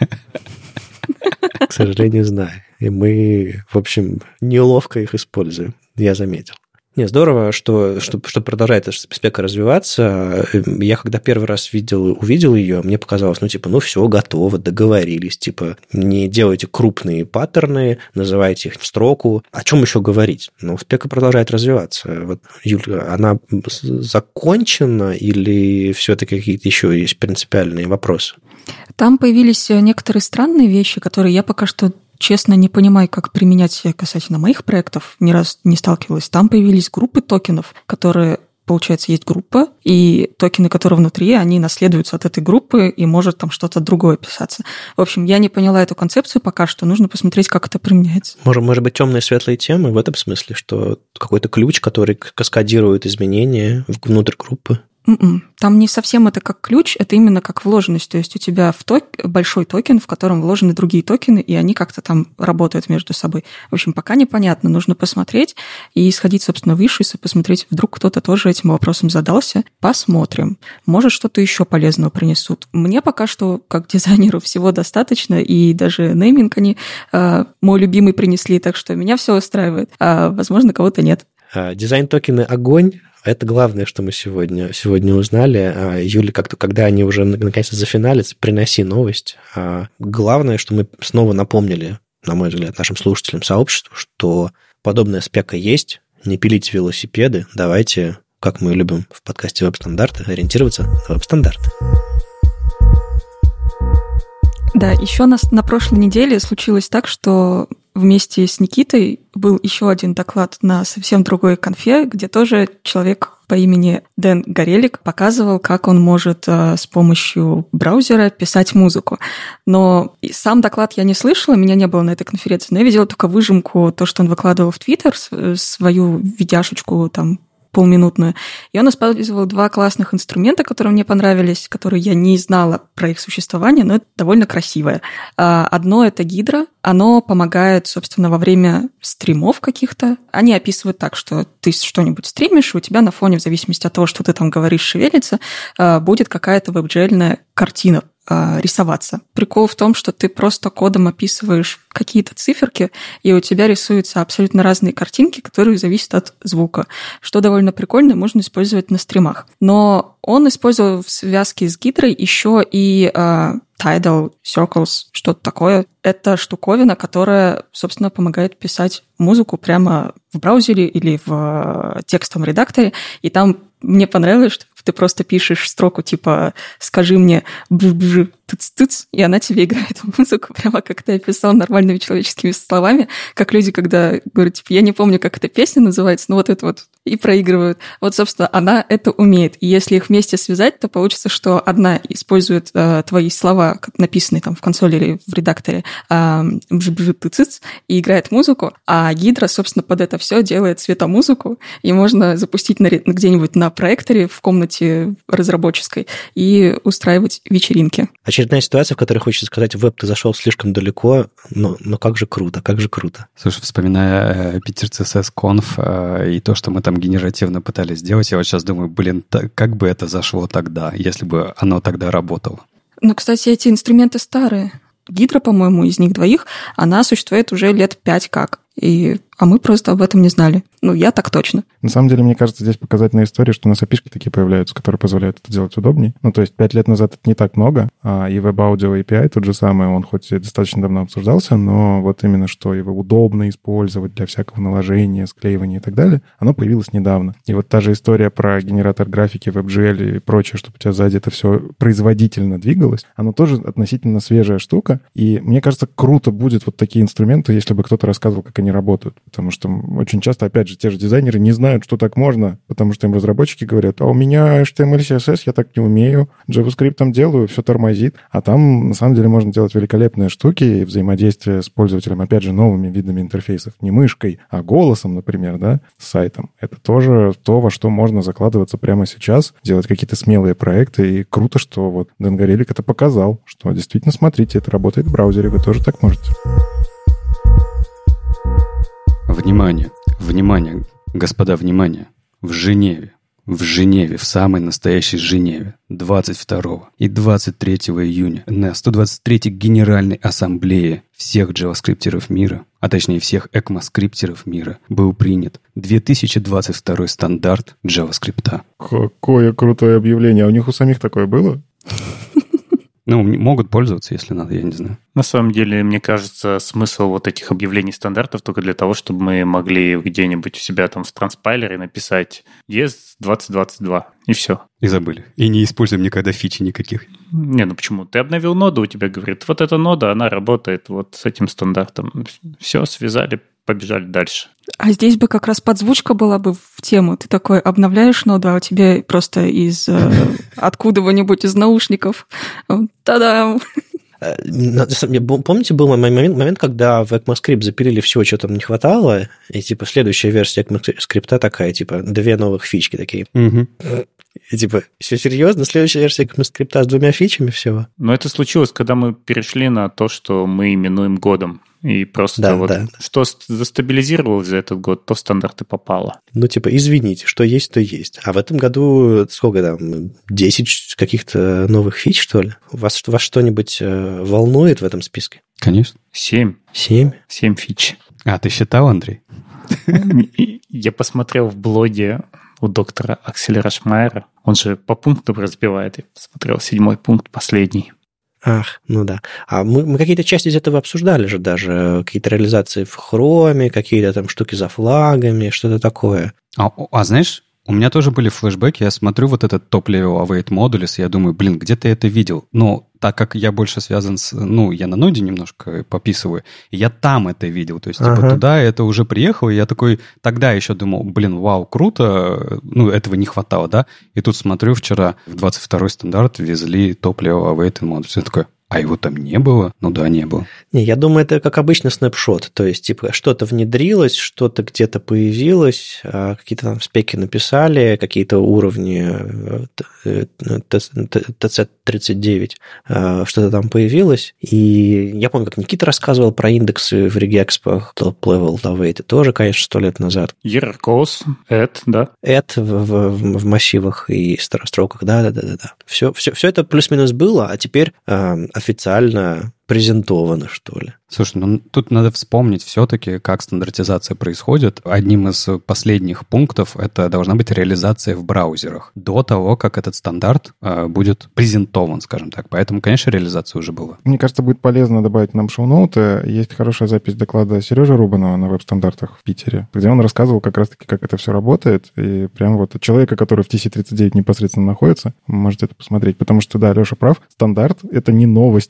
S4: К сожалению, знаю. И мы, в общем, неловко их используем. Я заметил. Не, здорово, что продолжает эта спека развиваться. Я когда первый раз увидел ее, мне показалось, все, готово, договорились. Не делайте крупные паттерны, называйте их в строку. О чем еще говорить? Но спека продолжает развиваться. Вот, Юля, она закончена или все-таки какие-то еще есть принципиальные вопросы?
S2: Там появились некоторые странные вещи, которые я пока что честно не понимаю, как применять касательно моих проектов, ни раз не сталкивалась. Там появились группы токенов, которые, получается, есть группа, и токены, которые внутри, они наследуются от этой группы, и может там что-то другое писаться. В общем, я не поняла эту концепцию пока что, нужно посмотреть, как это применяется.
S4: Может быть, темные и светлые темы в этом смысле, что какой-то ключ, который каскадирует изменения внутрь группы?
S2: Там не совсем это как ключ, это именно как вложенность. То есть у тебя большой токен, в котором вложены другие токены, и они как-то там работают между собой. В общем, пока непонятно. Нужно посмотреть и сходить, собственно, в Issues и посмотреть, вдруг кто-то тоже этим вопросом задался. Посмотрим. Может, что-то еще полезного принесут. Мне пока что, как дизайнеру, всего достаточно, и даже нейминг они мой любимый принесли, так что меня все устраивает. А, возможно, кого-то нет.
S4: Дизайн-токены огонь. Это главное, что мы сегодня узнали. Юля, когда они уже наконец-то зафиналятся, приноси новость. Главное, что мы снова напомнили, на мой взгляд, нашим слушателям, сообществу, что подобная спека есть. Не пилите велосипеды. Давайте, как мы любим в подкасте «Веб-стандарты», ориентироваться на веб-стандарты.
S2: Да, еще на прошлой неделе случилось так, что вместе с Никитой был еще один доклад на совсем другой конфе, где тоже человек по имени Дэн Горелик показывал, как он может с помощью браузера писать музыку. Но сам доклад я не слышала, меня не было на этой конференции, но я видела только выжимку, то, что он выкладывал в Твиттер, свою видяшечку там полминутную. И он использовал два классных инструмента, которые мне понравились, которые я не знала про их существование, но это довольно красивое. Одно — это Гидра. Оно помогает, собственно, во время стримов каких-то. Они описывают так, что ты что-нибудь стримишь, и у тебя на фоне, в зависимости от того, что ты там говоришь, шевелится, будет какая-то веб-джельная картина рисоваться. Прикол в том, что ты просто кодом описываешь какие-то циферки, и у тебя рисуются абсолютно разные картинки, которые зависят от звука, что довольно прикольно, можно использовать на стримах. Но он использовал в связке с Гидрой еще и Tidal, Circles, что-то такое. Это штуковина, которая, собственно, помогает писать музыку прямо в браузере или в текстовом редакторе, и там мне понравилось, что ты просто пишешь строку типа «скажи мне бж-бж, тыц-тыц», и она тебе играет музыку прямо как ты описал нормальными человеческими словами, как люди, когда говорят, типа, я не помню, как эта песня называется, но вот это вот и проигрывают. Вот, собственно, она это умеет. И если их вместе связать, то получится, что одна использует твои слова, написанные там в консоли или в редакторе, и играет музыку, а Гидра, собственно, под это все делает светомузыку, и можно запустить где-нибудь на проекторе в комнате разработческой и устраивать вечеринки.
S4: Очередная ситуация, в которой хочется сказать, веб, ты зашел слишком далеко, но как же круто, как же круто.
S3: Слушай, вспоминая Питер CSS Conf и то, что мы там генеративно пытались сделать, я вот сейчас думаю, как бы это зашло тогда, если бы оно тогда работало.
S2: Ну, кстати, эти инструменты старые. Гидра, по-моему, из них двоих, она существует уже лет 5 как. А мы просто об этом не знали. Ну, я так точно.
S1: На самом деле, мне кажется, здесь показательная история, что у нас API-шки такие появляются, которые позволяют это делать удобнее. Ну, то есть 5 лет назад это не так много, и WebAudio API тот же самый, он хоть и достаточно давно обсуждался, но вот именно что его удобно использовать для всякого наложения, склеивания и так далее, оно появилось недавно. И вот та же история про генератор графики, WebGL и прочее, чтобы у тебя сзади это все производительно двигалось, оно тоже относительно свежая штука, и мне кажется, круто будет вот такие инструменты, если бы кто-то рассказывал, как они работают. Потому что очень часто, опять же, те же дизайнеры не знают, что так можно, потому что им разработчики говорят, а у меня HTML, CSS, я так не умею, JavaScript там делаю, все тормозит. А там, на самом деле, можно делать великолепные штуки и взаимодействие с пользователем, опять же, новыми видами интерфейсов. Не мышкой, а голосом, например, да, с сайтом. Это тоже то, во что можно закладываться прямо сейчас, делать какие-то смелые проекты. И круто, что вот Денгарелик это показал, что действительно, смотрите, это работает в браузере, вы тоже так можете.
S3: Внимание, внимание, господа, внимание. В Женеве, в самой настоящей Женеве, 22 и 23 июня на 123-й Генеральной Ассамблее всех джаваскриптеров мира, а точнее всех экмоскриптеров мира, был принят 2022 стандарт джаваскрипта.
S1: Какое крутое объявление. А у них у самих такое было?
S3: Ну, могут пользоваться, если надо, я не знаю.
S5: На самом деле, мне кажется, смысл вот этих объявлений стандартов только для того, чтобы мы могли где-нибудь у себя там в транспайлере написать ES 2022, и все.
S3: И забыли. И не используем никогда фичи никаких.
S5: Не, ну почему? Ты обновил ноду, у тебя говорит, вот эта нода, она работает вот с этим стандартом. Все, связали, побежали дальше.
S2: А здесь бы как раз подзвучка была бы в тему. Ты такой обновляешь ноду, а у тебя просто из откуда-нибудь из наушников. Та-дам!
S4: Помните, был момент, когда в ECMAScript запилили все, что там не хватало, и типа следующая версия ECMAScript такая, типа 2 новых фички такие.
S3: Угу.
S4: И типа, все серьезно? Следующая версия ECMAScript с 2 фичами всего?
S5: Но это случилось, когда мы перешли на то, что мы именуем годом. И просто что застабилизировалось за этот год, то в стандарты попало.
S4: Ну, типа, извините, что есть, то есть. А в этом году сколько там, 10 каких-то новых фич, что ли? Вас что-нибудь волнует в этом списке?
S3: Конечно.
S5: 7.
S4: 7?
S5: 7 фич.
S3: А, ты считал, Андрей?
S5: Я посмотрел в блоге у доктора Акселя Рашмайера. Он же по пунктам разбивает. Я посмотрел 7-й пункт, последний.
S4: Ах, ну да. А мы какие-то части из этого обсуждали же даже. Какие-то реализации в хроме, какие-то там штуки за флагами, что-то такое.
S3: А знаешь, у меня тоже были флешбеки. Я смотрю вот этот топ-левел await modules, и я думаю, где-то я это видел. Но так как я больше связан с... Ну, я на ноде немножко пописываю, и я там это видел. То есть, типа, туда это уже приехало, и я такой... Тогда еще думал, вау, круто. Ну, этого не хватало, да? И тут смотрю, вчера в 22-й стандарт ввезли топ-level await modules. Я такой... А его там не было? Ну да, не было.
S4: Не, я думаю, это как обычно снапшот. То есть, типа, что-то внедрилось, что-то где-то появилось, какие-то там спеки написали, какие-то уровни TC39, что-то там появилось. И я помню, как Никита рассказывал про индексы в Regex, top-level await, тоже, конечно, 100 лет назад.
S5: Error-cause, add, да?
S4: Add в массивах и строках, да. Все это плюс-минус было, а теперь официально презентовано, что ли.
S3: Слушай, ну тут надо вспомнить все-таки, как стандартизация происходит. Одним из последних пунктов это должна быть реализация в браузерах до того, как этот стандарт будет презентован, скажем так. Поэтому, конечно, реализация уже была.
S1: Мне кажется, будет полезно добавить нам шоу-ноуты. Есть хорошая запись доклада Сережи Рубанова на веб-стандартах в Питере, где он рассказывал как раз-таки, как это все работает. И прям вот от человека, который в TC39 непосредственно находится, можете это посмотреть. Потому что, да, Леша прав, стандарт — это не новости.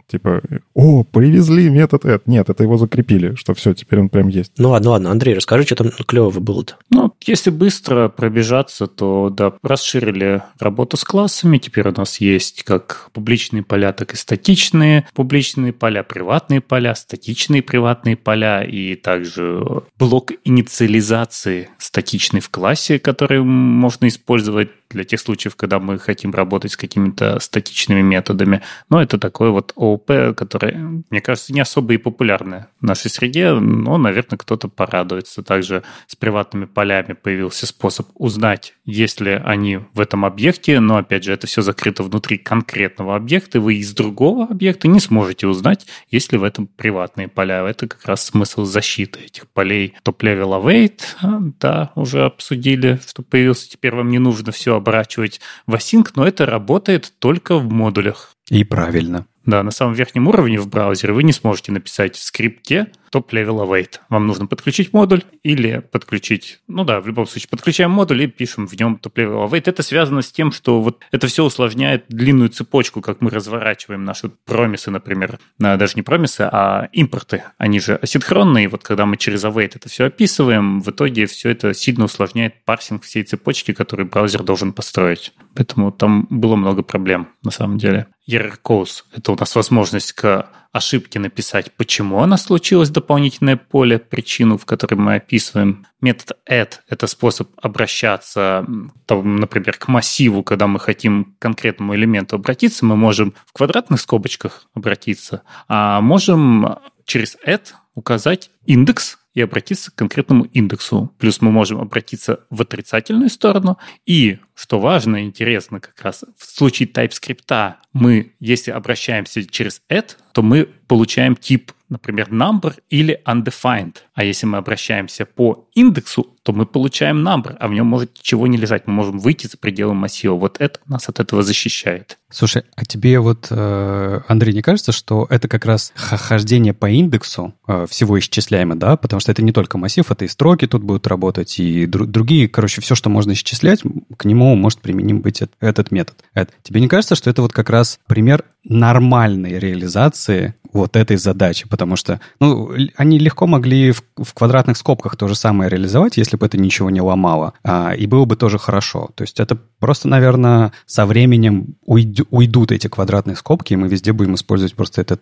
S1: Типа, привезли метод add. Нет, это его закрепили, что все, теперь он прям есть.
S4: Ну ладно, Андрей, расскажи, что там клевого было-то.
S5: Если быстро пробежаться, то, да, расширили работу с классами. Теперь у нас есть как публичные поля, так и статичные публичные поля, приватные поля, статичные приватные поля и также блок инициализации статичный в классе, который можно использовать для тех случаев, когда мы хотим работать с какими-то статичными методами. Но это такой вот ООП, который, мне кажется, не особо и популярный в нашей среде, но, наверное, кто-то порадуется. Также с приватными полями появился способ узнать, есть ли они в этом объекте, но, опять же, это все закрыто внутри конкретного объекта, вы из другого объекта не сможете узнать, есть ли в этом приватные поля. Это как раз смысл защиты этих полей. Top-level await, да, уже обсудили, что появился. Теперь вам не нужно все оборачивать в async, но это работает только в модулях.
S3: И правильно.
S5: Да, на самом верхнем уровне в браузере вы не сможете написать в скрипте top-level await. Вам нужно подключить модуль или подключить... в любом случае, подключаем модуль и пишем в нем top-level await. Это связано с тем, что вот это все усложняет длинную цепочку, как мы разворачиваем наши промисы, например. Даже не промисы, а импорты. Они же асинхронные. Вот когда мы через await это все описываем, в итоге все это сильно усложняет парсинг всей цепочки, которую браузер должен построить. Поэтому там было много проблем, на самом деле. Error codes – это у нас возможность к ошибке написать, почему она случилась, дополнительное поле, причину, в которой мы описываем. Метод add – это способ обращаться, например, к массиву, когда мы хотим к конкретному элементу обратиться. Мы можем в квадратных скобочках обратиться, а можем через add указать индекс и обратиться к конкретному индексу. Плюс мы можем обратиться в отрицательную сторону. И, что важно и интересно как раз, в случае TypeScript мы, если обращаемся через add, то мы получаем тип, например, number или undefined. А если мы обращаемся по индексу, то мы получаем number, а в нем может ничего не лежать. Мы можем выйти за пределы массива. Вот это нас от этого защищает.
S3: Слушай, а тебе Андрей, не кажется, что это как раз хождение по индексу всего исчисляемо, да? Потому что это не только массив, это и строки тут будут работать, и другие, все, что можно исчислять, к нему может применим быть этот метод. Тебе не кажется, что это вот как раз пример нормальной реализации вот этой задачи? Потому что, они легко могли в квадратных скобках то же самое реализовать, если бы это ничего не ломало, и было бы тоже хорошо. То есть это просто, наверное, со временем уйдут эти квадратные скобки, и мы везде будем использовать просто это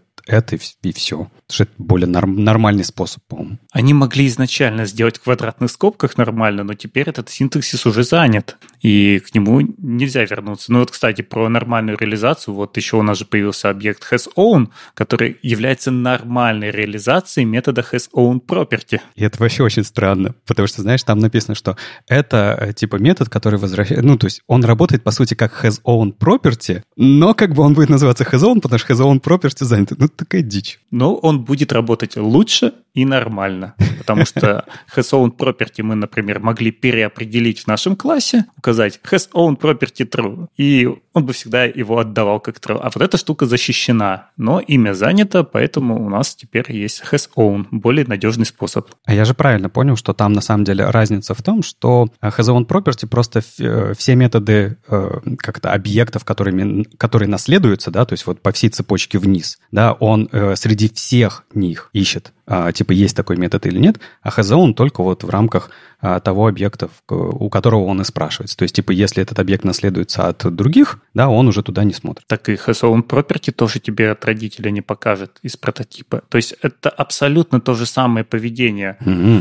S3: и все. Потому что это более нормальный способ, по-моему.
S5: Они могли изначально сделать в квадратных скобках нормально, но теперь этот синтаксис уже занят, и к нему нельзя вернуться. Кстати, про нормальную реализацию, вот еще у нас же появился объект hasOwn, который является нормальной реализацией метода hasOwnProperty.
S3: И это вообще очень странно, потому что, знаешь, там написано, что это типа метод, который возвращает... то есть он работает, по сути, как hasOwnProperty, но как бы он будет называться hasOwn, потому что hasOwnProperty занят. Такая дичь.
S5: Но он будет работать лучше и нормально, потому что hasOwnProperty мы, например, могли переопределить в нашем классе, указать hasOwnProperty true, и он бы всегда его отдавал как true. А вот эта штука защищена, но имя занято, поэтому у нас теперь есть hasOwn, более надежный способ.
S3: А я же правильно понял, что там на самом деле разница в том, что hasOwnProperty просто все методы объектов, которые наследуются, да, то есть вот по всей цепочке вниз, да, он среди всех них ищет, есть такой метод или нет, а hasOwn только вот в рамках того объекта, у которого он и спрашивается. То есть, если этот объект наследуется от других, да, он уже туда не смотрит.
S5: Так и hasOwnProperty тоже тебе от родителя не покажет из прототипа. То есть, это абсолютно то же самое поведение,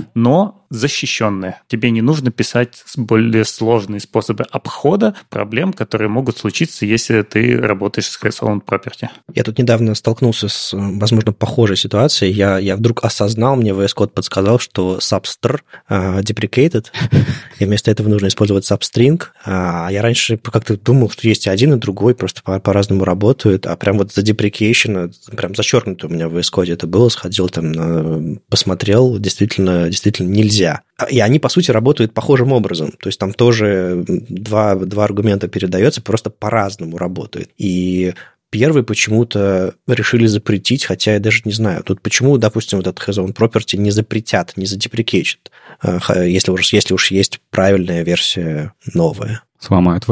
S5: но защищенное. Тебе не нужно писать более сложные способы обхода проблем, которые могут случиться, если ты работаешь с hasOwnProperty.
S4: Я тут недавно столкнулся с, возможно, похожей ситуацией. Я вдруг осознал, мне VS Code подсказал, что substr deprecated, и вместо этого нужно использовать substring. А я раньше как-то думал, что есть и один, и другой, просто по-разному работают, а прям вот за deprecation, прям зачеркнуто у меня в VS Code это было, сходил там, посмотрел, действительно нельзя. И они, по сути, работают похожим образом. То есть там тоже два аргумента передается, просто по-разному работают. И первый почему-то решили запретить, хотя я даже не знаю. Тут почему, допустим, вот этот hasOwnProperty не запретят, не задеприкейчат, если уж есть правильная версия новая.
S3: Сломают веб?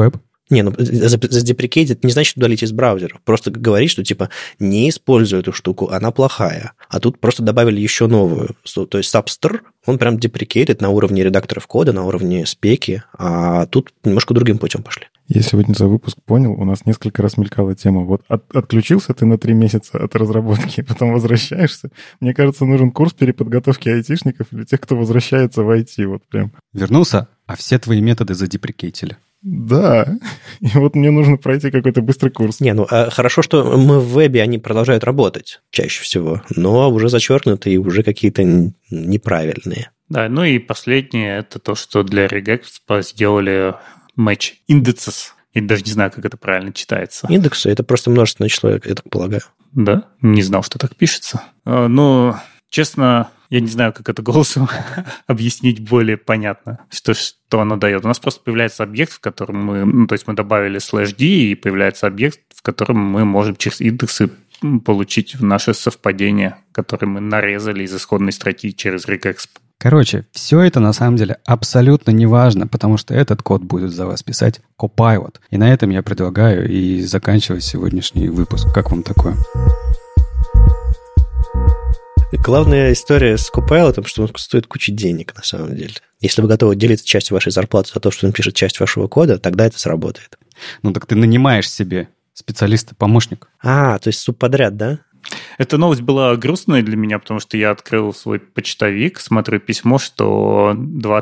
S4: Не, ну, задеприкейтить не значит удалить из браузера. Просто говорить, что, типа, не используй эту штуку, она плохая. А тут просто добавили еще новую. То есть Substr, он прям деприкейтит на уровне редакторов кода, на уровне спеки, а тут немножко другим путем пошли.
S1: Я сегодня за выпуск понял, у нас несколько раз мелькала тема. Вот отключился ты на 3 месяца от разработки, потом возвращаешься. Мне кажется, нужен курс переподготовки айтишников для тех, кто возвращается в IT. Вот прям.
S3: Вернулся, а все твои методы задеприкейтили.
S1: Да, и вот мне нужно пройти какой-то быстрый курс.
S4: Не, ну хорошо, что мы в вебе, они продолжают работать чаще всего, но уже зачеркнуты и уже какие-то неправильные.
S5: Да, ну и последнее, это то, что для Regex сделали match indices. Я даже не знаю, как это правильно читается.
S4: Индексы — это просто множественное число, я так полагаю.
S5: Да? Не знал, что так пишется. Ну, честно, я не знаю, как это голосом объяснить более понятно, что оно дает. У нас просто появляется объект, в котором мы... то есть мы добавили /d, и появляется объект, в котором мы можем через индексы получить наше совпадение, которое мы нарезали из исходной строки через Regex.
S3: Короче, все это на самом деле абсолютно не важно, потому что этот код будет за вас писать Copilot. И на этом я предлагаю и заканчивать сегодняшний выпуск. Как вам такое?
S4: Главная история с Copilot, что он стоит кучу денег на самом деле. Если вы готовы делиться частью вашей зарплаты за то, что он пишет часть вашего кода, тогда это сработает.
S3: Ну так ты нанимаешь себе специалиста-помощника.
S4: То есть субподряд, да?
S5: Эта новость была грустной для меня, потому что я открыл свой почтовик, смотрю письмо, что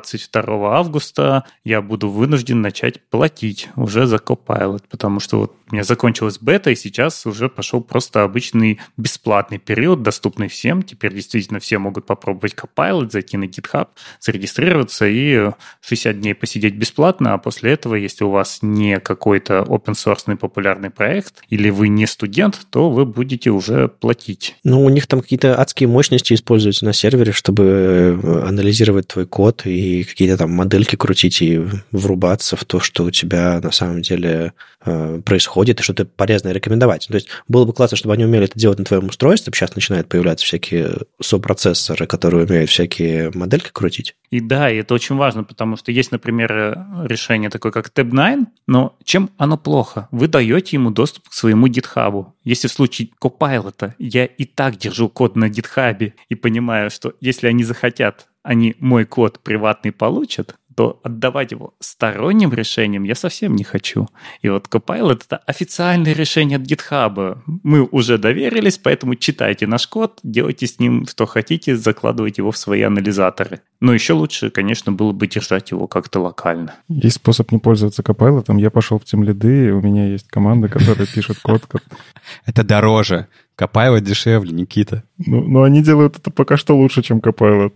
S5: 22 августа я буду вынужден начать платить уже за Copilot, потому что вот у меня закончилась бета, и сейчас уже пошел просто обычный бесплатный период, доступный всем. Теперь действительно все могут попробовать Copilot, зайти на GitHub, зарегистрироваться и 60 дней посидеть бесплатно, а после этого, если у вас не какой-то open-source популярный проект или вы не студент, то вы будете уже платить.
S4: Ну, у них там какие-то адские мощности используются на сервере, чтобы анализировать твой код и какие-то там модельки крутить и врубаться в то, что у тебя на самом деле происходит, и что-то полезное рекомендовать. То есть было бы классно, чтобы они умели это делать на твоем устройстве. Сейчас начинают появляться всякие сопроцессоры, которые умеют всякие модельки крутить.
S5: И да, и это очень важно, потому что есть, например, решение такое, как Tab9, но чем оно плохо? Вы даете ему доступ к своему GitHub. Если в случае Copilot я и так держу код на GitHub и понимаю, что если они захотят, они мой код приватный получат, то отдавать его сторонним решением я совсем не хочу. И вот Copilot — это официальное решение от GitHub. Мы уже доверились, поэтому читайте наш код, делайте с ним что хотите, закладывайте его в свои анализаторы. Но еще лучше, конечно, было бы держать его как-то локально.
S1: Есть способ не пользоваться Copilot. Я пошел в тимлиды, у меня есть команда, которая пишет код.
S3: Это дороже. Copilot дешевле, Никита.
S1: Ну, они делают это пока что лучше, чем Copilot.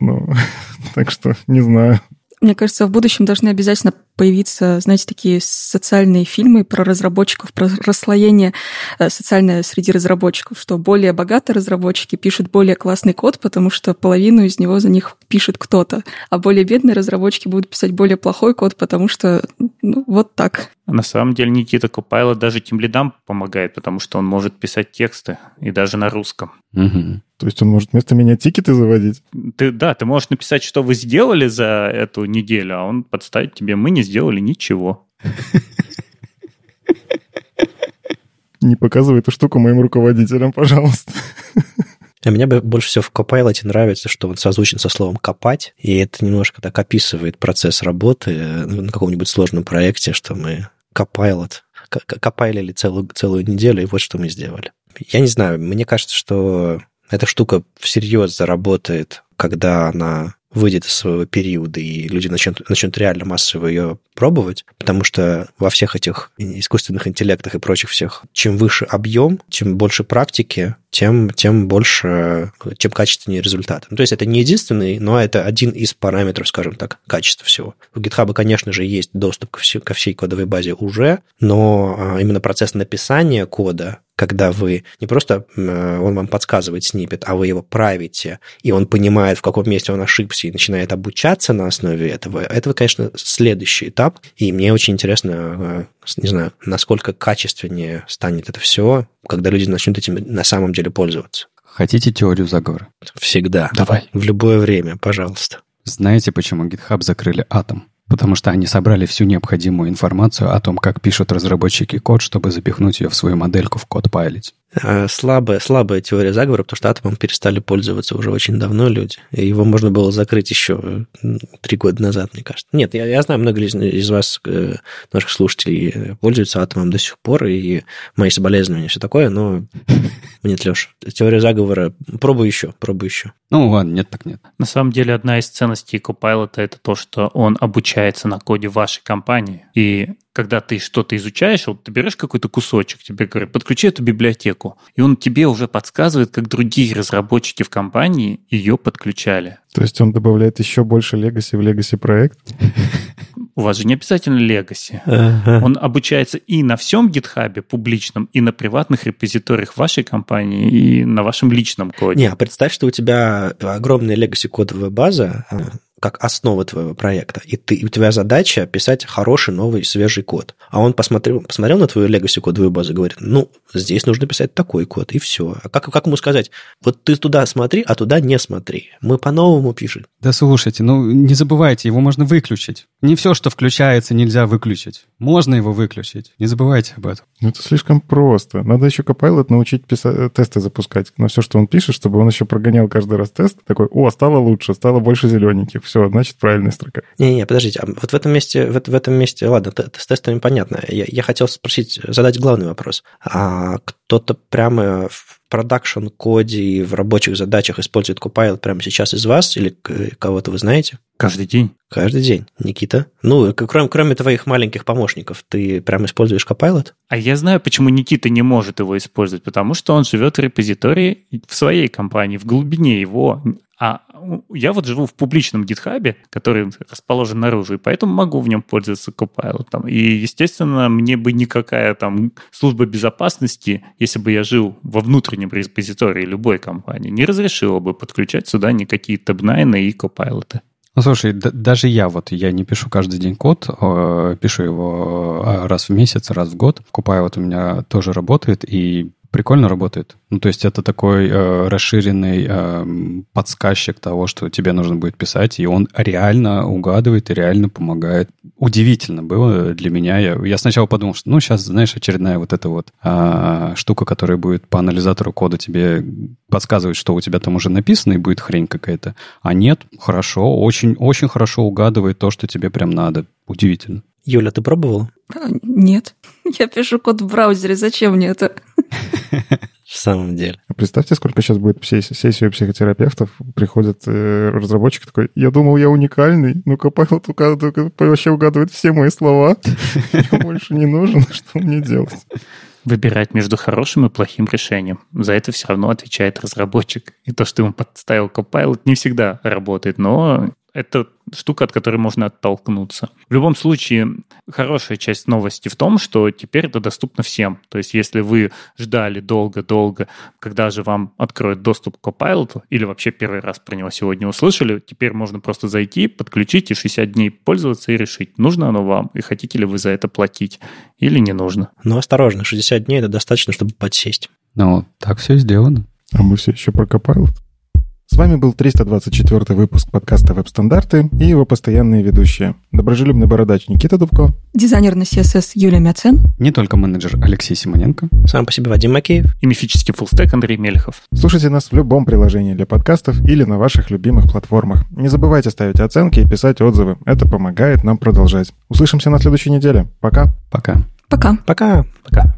S1: Так что не знаю.
S2: Мне кажется, в будущем должны обязательно появиться, знаете, такие социальные фильмы про разработчиков, про расслоение социальное среди разработчиков, что более богатые разработчики пишут более классный код, потому что половину из него за них пишет кто-то, а более бедные разработчики будут писать более плохой код, потому что, вот так.
S5: На самом деле, Никита, Copilot даже тимлидам помогает, потому что он может писать тексты, и даже на русском.
S3: Угу.
S1: То есть он может вместо меня тикеты заводить?
S5: Ты можешь написать, что вы сделали за эту неделю, а он подставит тебе: мы не сделали ничего.
S1: Не показывай эту штуку моим руководителям, пожалуйста.
S4: А мне больше всего в Copilot нравится, что он созвучен со словом «копать», и это немножко так описывает процесс работы на каком-нибудь сложном проекте, что мы копайлили целую неделю, и вот что мы сделали. Я не знаю, мне кажется, что эта штука всерьез заработает, когда она выйдет из своего периода, и люди начнут реально массово ее пробовать, потому что во всех этих искусственных интеллектах и прочих всех, чем выше объем, чем больше практики, тем качественнее результаты. То есть это не единственный, но это один из параметров, скажем так, качества всего. У GitHub, конечно же, есть доступ ко всей кодовой базе уже, но именно процесс написания кода, когда вы не просто он вам подсказывает сниппет, а вы его правите, и он понимает, в каком месте он ошибся, и начинает обучаться на основе этого. Это, конечно, следующий этап, и мне очень интересно, не знаю, насколько качественнее станет это все, когда люди начнут этим на самом деле пользоваться.
S3: Хотите теорию заговора?
S4: Всегда.
S3: Давай.
S4: В любое время, пожалуйста.
S3: Знаете, почему GitHub закрыли Atom? Потому что они собрали всю необходимую информацию о том, как пишут разработчики код, чтобы запихнуть ее в свою модельку в CodePilot.
S4: Слабая теория заговора, потому что атомом перестали пользоваться уже очень давно люди. И его можно было закрыть еще 3 года назад, мне кажется. Нет, я знаю, много из вас, наших слушателей, пользуются атомом до сих пор, и мои соболезнования, все такое, но нет, Леша, теория заговора, пробуй еще.
S3: Ну ладно, нет так нет.
S5: На самом деле, одна из ценностей Copilot — это то, что он обучается на коде вашей компании. И когда ты что-то изучаешь, вот ты берешь какой-то кусочек, тебе говорят, подключи эту библиотеку, и он тебе уже подсказывает, как другие разработчики в компании ее подключали.
S1: То есть он добавляет еще больше легаси в легаси-проект?
S5: У вас же не обязательно легаси. Он обучается и на всем GitHub публичном, и на приватных репозиториях вашей компании, и на вашем личном коде.
S4: Не, а представь, что у тебя огромная легаси-кодовая база, как основа твоего проекта, и у тебя задача писать хороший, новый, свежий код. А он посмотрел на твою legacy-кодовую базу и говорит, здесь нужно писать такой код, и все. А как ему сказать, вот ты туда смотри, а туда не смотри. Мы по-новому пишем.
S3: Да слушайте, не забывайте, его можно выключить. Не все, что включается, нельзя выключить. Можно его выключить. Не забывайте об этом.
S1: Это слишком просто. Надо еще Copilot научить тесты запускать на все, что он пишет, чтобы он еще прогонял каждый раз тест. Такой, стало лучше, стало больше зелененьких. Все, значит, правильная строка.
S4: Не, подождите, а вот в этом месте, ладно, с тестами понятно. Я хотел задать главный вопрос. А кто-то прямо в продакшн-коде и в рабочих задачах использует Copilot прямо сейчас из вас или кого-то вы знаете?
S5: Каждый день.
S4: Каждый день. Никита? Кроме твоих маленьких помощников, ты прямо используешь Copilot?
S5: А я знаю, почему Никита не может его использовать, потому что он живет в репозитории в своей компании, в глубине его. А я вот живу в публичном GitHub, который расположен наружу, и поэтому могу в нем пользоваться Copilot. И, естественно, мне бы никакая служба безопасности, если бы я жил во внутреннем репозитории любой компании, не разрешила бы подключать сюда никакие Tab9 и Copilot.
S3: Слушай, даже я не пишу каждый день код, пишу его раз в месяц, раз в год. Copilot у меня тоже работает, и прикольно работает. То есть это такой расширенный подсказчик того, что тебе нужно будет писать, и он реально угадывает и реально помогает. Удивительно было для меня. Я сначала подумал, что сейчас, знаешь, очередная штука, которая будет по анализатору кода тебе подсказывать, что у тебя там уже написано, и будет хрень какая-то. А нет, хорошо, очень, очень хорошо угадывает то, что тебе прям надо. Удивительно.
S4: Юля, ты пробовала?
S2: Нет. Я пишу код в браузере. Зачем мне это?
S4: В самом деле.
S1: Представьте, сколько сейчас будет сессию психотерапевтов. Приходит разработчик такой, я думал, я уникальный, но Copilot вообще угадывает все мои слова. Я больше не нужен, что мне делать?
S5: Выбирать между хорошим и плохим решением. За это все равно отвечает разработчик. И то, что ему подставил Copilot, не всегда работает, но это штука, от которой можно оттолкнуться. В любом случае, хорошая часть новости в том, что теперь это доступно всем. То есть, если вы ждали долго-долго, когда же вам откроют доступ к Copilot, или вообще первый раз про него сегодня услышали, теперь можно просто зайти, подключить и 60 дней пользоваться и решить, нужно оно вам, и хотите ли вы за это платить, или не нужно.
S4: Но осторожно, 60 дней это достаточно, чтобы подсесть.
S3: Так все сделано.
S1: А мы все еще про Copilot. С вами был 324 выпуск подкаста «Веб-стандарты» и его постоянные ведущие. Доброжелюбный бородач Никита Дубко.
S2: Дизайнер на CSS Юлия Мяцен.
S3: Не только менеджер Алексей Симоненко.
S4: Сам по себе Вадим Макеев.
S5: И мифический фуллстек Андрей Мелехов.
S1: Слушайте нас в любом приложении для подкастов или на ваших любимых платформах. Не забывайте ставить оценки и писать отзывы. Это помогает нам продолжать. Услышимся на следующей неделе. Пока.
S3: Пока.
S2: Пока.
S4: Пока.
S5: Пока.